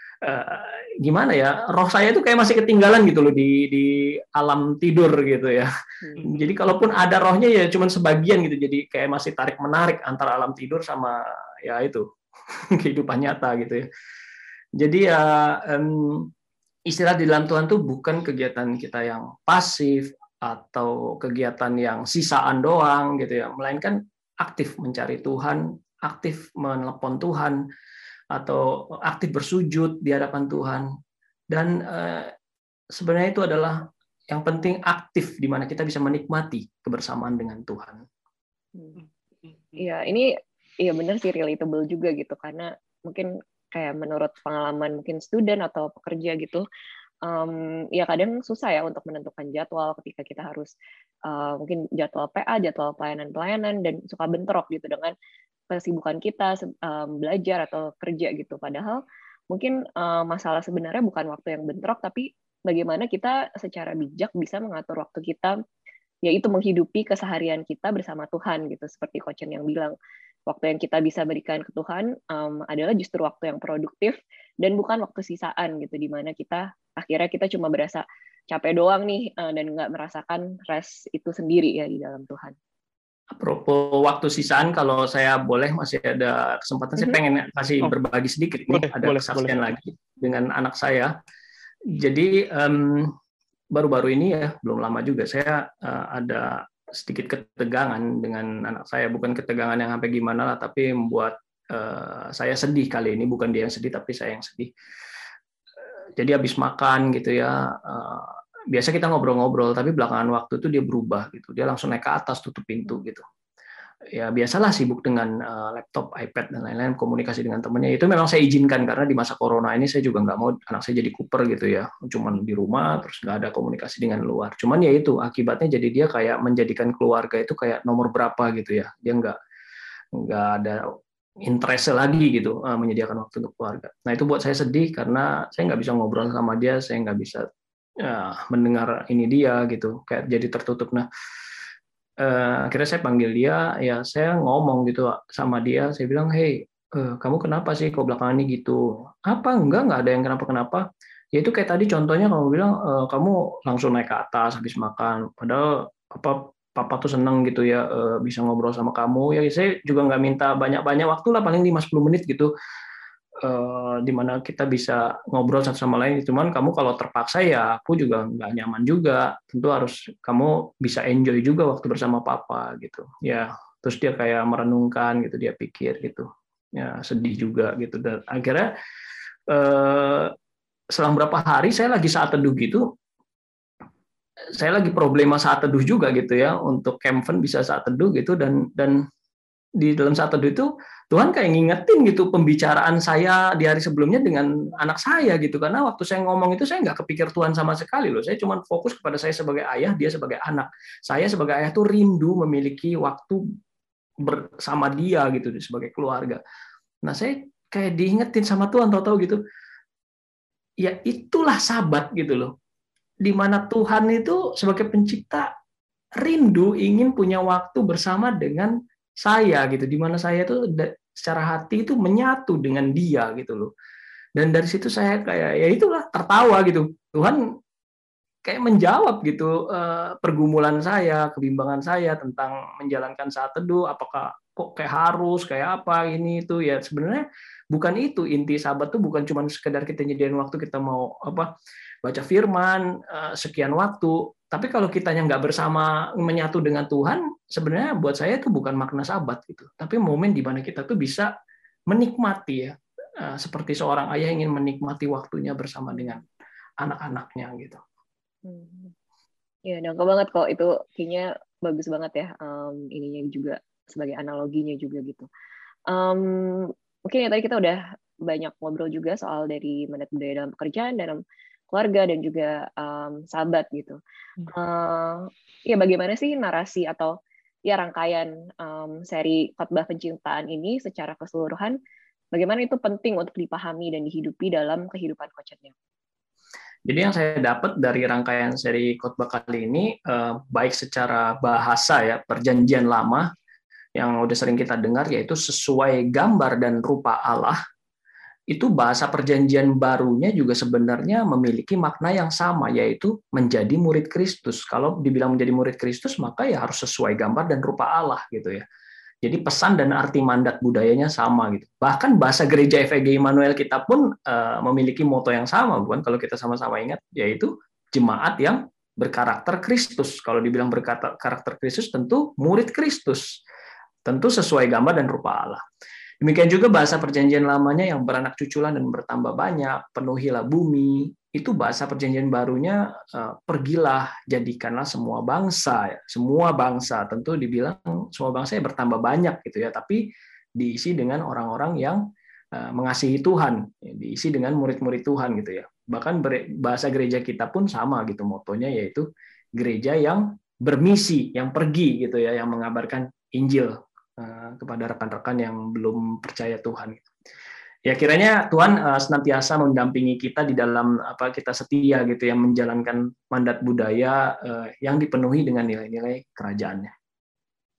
gimana ya, roh saya itu kayak masih ketinggalan gitu loh di di alam tidur gitu ya. Jadi kalaupun ada rohnya ya cuman sebagian gitu, jadi kayak masih tarik-menarik antara alam tidur sama ya itu kehidupan nyata gitu ya. Jadi ya um, istirahat di dalam Tuhan tuh bukan kegiatan kita yang pasif atau kegiatan yang sisaan doang gitu ya, melainkan aktif mencari Tuhan, aktif menelepon Tuhan, atau aktif bersujud di hadapan Tuhan. Dan eh, sebenarnya itu adalah yang penting, aktif di mana kita bisa menikmati kebersamaan dengan Tuhan. Iya, ini iya benar sih, relatable juga gitu, karena mungkin kayak menurut pengalaman mungkin student atau pekerja gitu, um, ya kadang susah ya untuk menentukan jadwal ketika kita harus uh, mungkin jadwal P A, jadwal pelayanan-pelayanan, dan suka bentrok gitu dengan kesibukan kita um, belajar atau kerja gitu. Padahal mungkin uh, masalah sebenarnya bukan waktu yang bentrok, tapi bagaimana kita secara bijak bisa mengatur waktu kita, yaitu menghidupi keseharian kita bersama Tuhan gitu. Seperti Coach yang bilang, waktu yang kita bisa berikan ke Tuhan um, adalah justru waktu yang produktif dan bukan waktu sisaan gitu, di mana kita akhirnya kita cuma berasa capek doang nih uh, dan nggak merasakan rest itu sendiri ya di dalam Tuhan. Apropos waktu sisaan, kalau saya boleh masih ada kesempatan, mm-hmm. saya pengen kasih oh. berbagi sedikit nih, boleh, ada boleh, kesaksian boleh. lagi dengan anak saya. Jadi um, baru-baru ini ya, belum lama juga saya uh, ada sedikit ketegangan dengan anak saya. Bukan ketegangan yang sampai gimana lah, tapi membuat uh, saya sedih kali ini. Bukan dia yang sedih, tapi saya yang sedih. Jadi habis makan gitu ya, uh, biasa kita ngobrol-ngobrol, tapi belakangan waktu itu dia berubah gitu. Dia langsung naik ke atas, tutup pintu gitu. Ya biasalah sibuk dengan uh, laptop, iPad dan lain-lain, komunikasi dengan temannya. Itu memang saya izinkan karena di masa corona ini saya juga nggak mau anak saya jadi kuper gitu ya, cuman di rumah terus nggak ada komunikasi dengan luar. Cuman ya itu akibatnya jadi dia kayak menjadikan keluarga itu kayak nomor berapa gitu ya. Dia nggak nggak ada interest lagi gitu uh, menyediakan waktu untuk keluarga. Nah itu buat saya sedih karena saya nggak bisa ngobrol sama dia, saya nggak bisa uh, mendengar ini dia gitu, kayak jadi tertutup. Nah Uh, akhirnya saya panggil dia, ya saya ngomong gitu sama dia, saya bilang, hey, uh, kamu kenapa sih kok belakangan ini gitu? Apa enggak nggak ada yang kenapa-kenapa? Ya itu kayak tadi contohnya kamu bilang uh, kamu langsung naik ke atas habis makan, padahal apa papa tuh seneng gitu ya uh, bisa ngobrol sama kamu. Ya saya juga nggak minta banyak-banyak waktu lah, paling lima sampai sepuluh menit gitu. Uh, di mana kita bisa ngobrol satu sama lain. Cuman kamu kalau terpaksa ya aku juga nggak nyaman juga. Tentu harus kamu bisa enjoy juga waktu bersama papa gitu. Ya terus dia kayak merenungkan gitu, dia pikir gitu. Ya sedih juga gitu. Dan akhirnya uh, selang berapa hari saya lagi saat teduh gitu. Saya lagi problema saat teduh juga gitu ya, untuk Kempen bisa saat teduh gitu, dan dan di dalam saat teduh itu Tuhan kayak ngingetin gitu pembicaraan saya di hari sebelumnya dengan anak saya gitu, karena waktu saya ngomong itu saya nggak kepikir Tuhan sama sekali loh, saya cuma fokus kepada saya sebagai ayah, dia sebagai anak. Saya sebagai ayah tuh rindu memiliki waktu bersama dia gitu sebagai keluarga. Nah saya kayak diingetin sama Tuhan, tahu-tahu gitu, ya itulah sabat gitu loh, dimana Tuhan itu sebagai pencipta rindu ingin punya waktu bersama dengan saya gitu, di mana saya tuh secara hati itu menyatu dengan dia gitu loh. Dan dari situ saya kayak ya itulah tertawa gitu. Tuhan kayak menjawab gitu pergumulan saya, kebimbangan saya tentang menjalankan saat teduh, apakah kok kayak harus kayak apa ini itu ya, sebenarnya bukan itu inti sabat tuh, bukan cuma sekedar kita nyediain waktu kita mau apa baca firman sekian waktu. Tapi kalau kitanya nggak bersama menyatu dengan Tuhan, sebenarnya buat saya itu bukan makna sabat gitu. Tapi momen di mana kita tuh bisa menikmati ya, seperti seorang ayah ingin menikmati waktunya bersama dengan anak-anaknya gitu. Hmm. Ya, nangkep banget kok, itu kayaknya bagus banget ya, um, ininya juga sebagai analoginya juga gitu. Um, mungkin ya tadi kita udah banyak ngobrol juga soal dari mandat budaya dalam pekerjaan, dalam keluarga, dan juga um, sahabat gitu. Uh, ya bagaimana sih narasi atau ya rangkaian um, seri khotbah pencintaan ini secara keseluruhan, bagaimana itu penting untuk dipahami dan dihidupi dalam kehidupan coachnya? Jadi yang saya dapat dari rangkaian seri khotbah kali ini, eh, baik secara bahasa ya, perjanjian lama yang udah sering kita dengar, yaitu sesuai gambar dan rupa Allah, itu bahasa perjanjian barunya juga sebenarnya memiliki makna yang sama, yaitu menjadi murid Kristus. Kalau dibilang menjadi murid Kristus, maka ya harus sesuai gambar dan rupa Allah gitu ya. Jadi pesan dan arti mandat budayanya sama gitu. Bahkan bahasa gereja F E G Immanuel kita pun uh, memiliki moto yang sama, bukan? Kalau kita sama-sama ingat, yaitu jemaat yang berkarakter Kristus. Kalau dibilang berkarakter Kristus, tentu murid Kristus. Tentu sesuai gambar dan rupa Allah. Demikian juga bahasa perjanjian lamanya yang beranak cuculan dan bertambah banyak, penuhilah bumi, itu bahasa perjanjian barunya, pergilah, jadikanlah semua bangsa, semua bangsa, tentu dibilang semua bangsa ya bertambah banyak gitu ya, tapi diisi dengan orang-orang yang mengasihi Tuhan, diisi dengan murid-murid Tuhan gitu ya. Bahkan bahasa gereja kita pun sama gitu, motonya yaitu gereja yang bermisi, yang pergi gitu ya, yang mengabarkan Injil kepada rekan-rekan yang belum percaya Tuhan. Ya kiranya Tuhan senantiasa mendampingi kita di dalam apa kita setia gitu ya, menjalankan mandat budaya yang dipenuhi dengan nilai-nilai kerajaannya.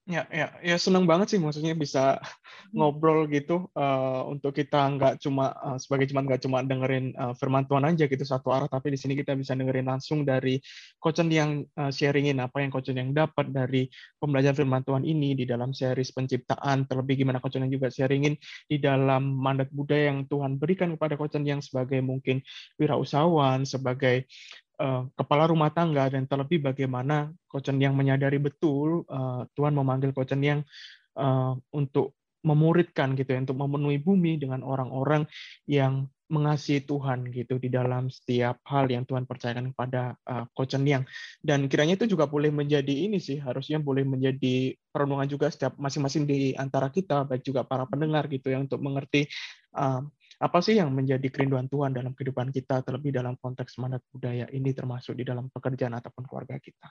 Ya, ya, ya senang banget sih maksudnya bisa ngobrol gitu uh, untuk kita nggak cuma uh, sebagai jemaat nggak cuma dengerin uh, firman Tuhan aja gitu satu arah, tapi di sini kita bisa dengerin langsung dari Coach yang uh, sharingin apa yang Coach yang dapat dari pembelajaran firman Tuhan ini di dalam series penciptaan, terlebih gimana Coach yang juga sharingin di dalam mandat budaya yang Tuhan berikan kepada Coach yang sebagai mungkin wirausahawan, sebagai Uh, kepala rumah tangga, dan terlebih bagaimana Coach yang menyadari betul uh, Tuhan memanggil Coach yang uh, untuk memuridkan gitu ya, untuk memenuhi bumi dengan orang-orang yang mengasihi Tuhan gitu di dalam setiap hal yang Tuhan percayakan kepada uh, Coach yang. Dan kiranya itu juga boleh menjadi ini sih, harusnya boleh menjadi perenungan juga setiap masing-masing di antara kita, baik juga para pendengar gitu ya, untuk mengerti uh, apa sih yang menjadi kerinduan Tuhan dalam kehidupan kita, terlebih dalam konteks mandat budaya ini, termasuk di dalam pekerjaan ataupun keluarga kita.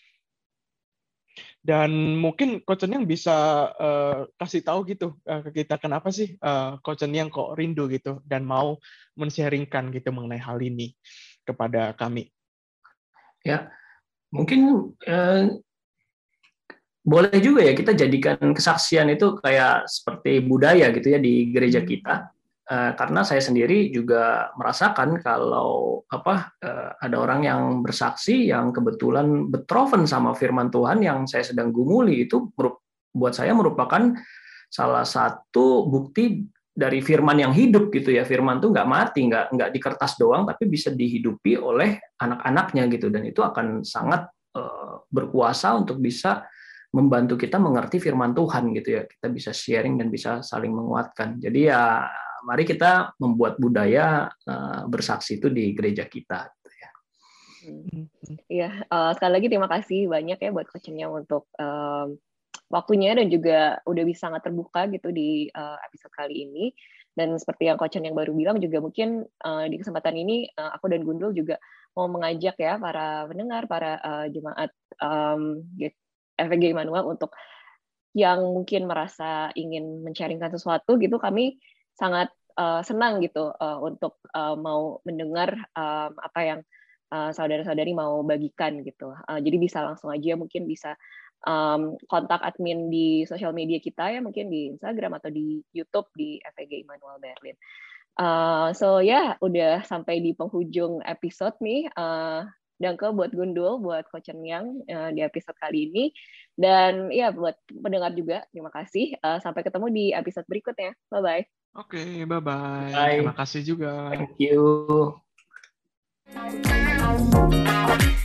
Dan mungkin Coach yang bisa uh, kasih tahu gitu uh, ke kita kenapa sih uh, Coach yang kok rindu gitu dan mau men-sharingkan gitu mengenai hal ini kepada kami. Ya, mungkin eh, boleh juga ya kita jadikan kesaksian itu kayak seperti budaya gitu ya di gereja kita. Karena saya sendiri juga merasakan kalau apa ada orang yang bersaksi yang kebetulan betroffen sama firman Tuhan yang saya sedang gumuli, itu buat saya merupakan salah satu bukti dari firman yang hidup gitu ya. Firman itu nggak mati, nggak nggak di kertas doang, tapi bisa dihidupi oleh anak-anaknya gitu, dan itu akan sangat uh, berkuasa untuk bisa membantu kita mengerti firman Tuhan gitu ya. Kita bisa sharing dan bisa saling menguatkan. Jadi ya mari kita membuat budaya uh, bersaksi itu di gereja kita. Gitu ya. Iya, uh, sekali lagi terima kasih banyak ya buat Coach-nya untuk um, waktunya dan juga udah bisa sangat terbuka gitu di uh, episode kali ini. Dan seperti yang Coach yang baru bilang juga mungkin uh, di kesempatan ini uh, aku dan Gundul juga mau mengajak ya para pendengar, para uh, jemaat um, F G Immanuel untuk yang mungkin merasa ingin men-sharingkan sesuatu gitu, kami sangat uh, senang gitu uh, untuk uh, mau mendengar um, apa yang uh, saudara-saudari mau bagikan gitu. Uh, jadi bisa langsung aja mungkin bisa um, kontak admin di sosial media kita ya, mungkin di Instagram atau di YouTube di F G Immanuel Berlin. Uh, so ya yeah, udah sampai di penghujung episode nih. Uh, Danke buat Gundul, buat Coach Yang uh, di episode kali ini. Dan ya buat pendengar juga, terima kasih. Uh, sampai ketemu di episode berikutnya. Bye-bye. Oke, okay, bye-bye. Bye. Terima kasih juga. Thank you.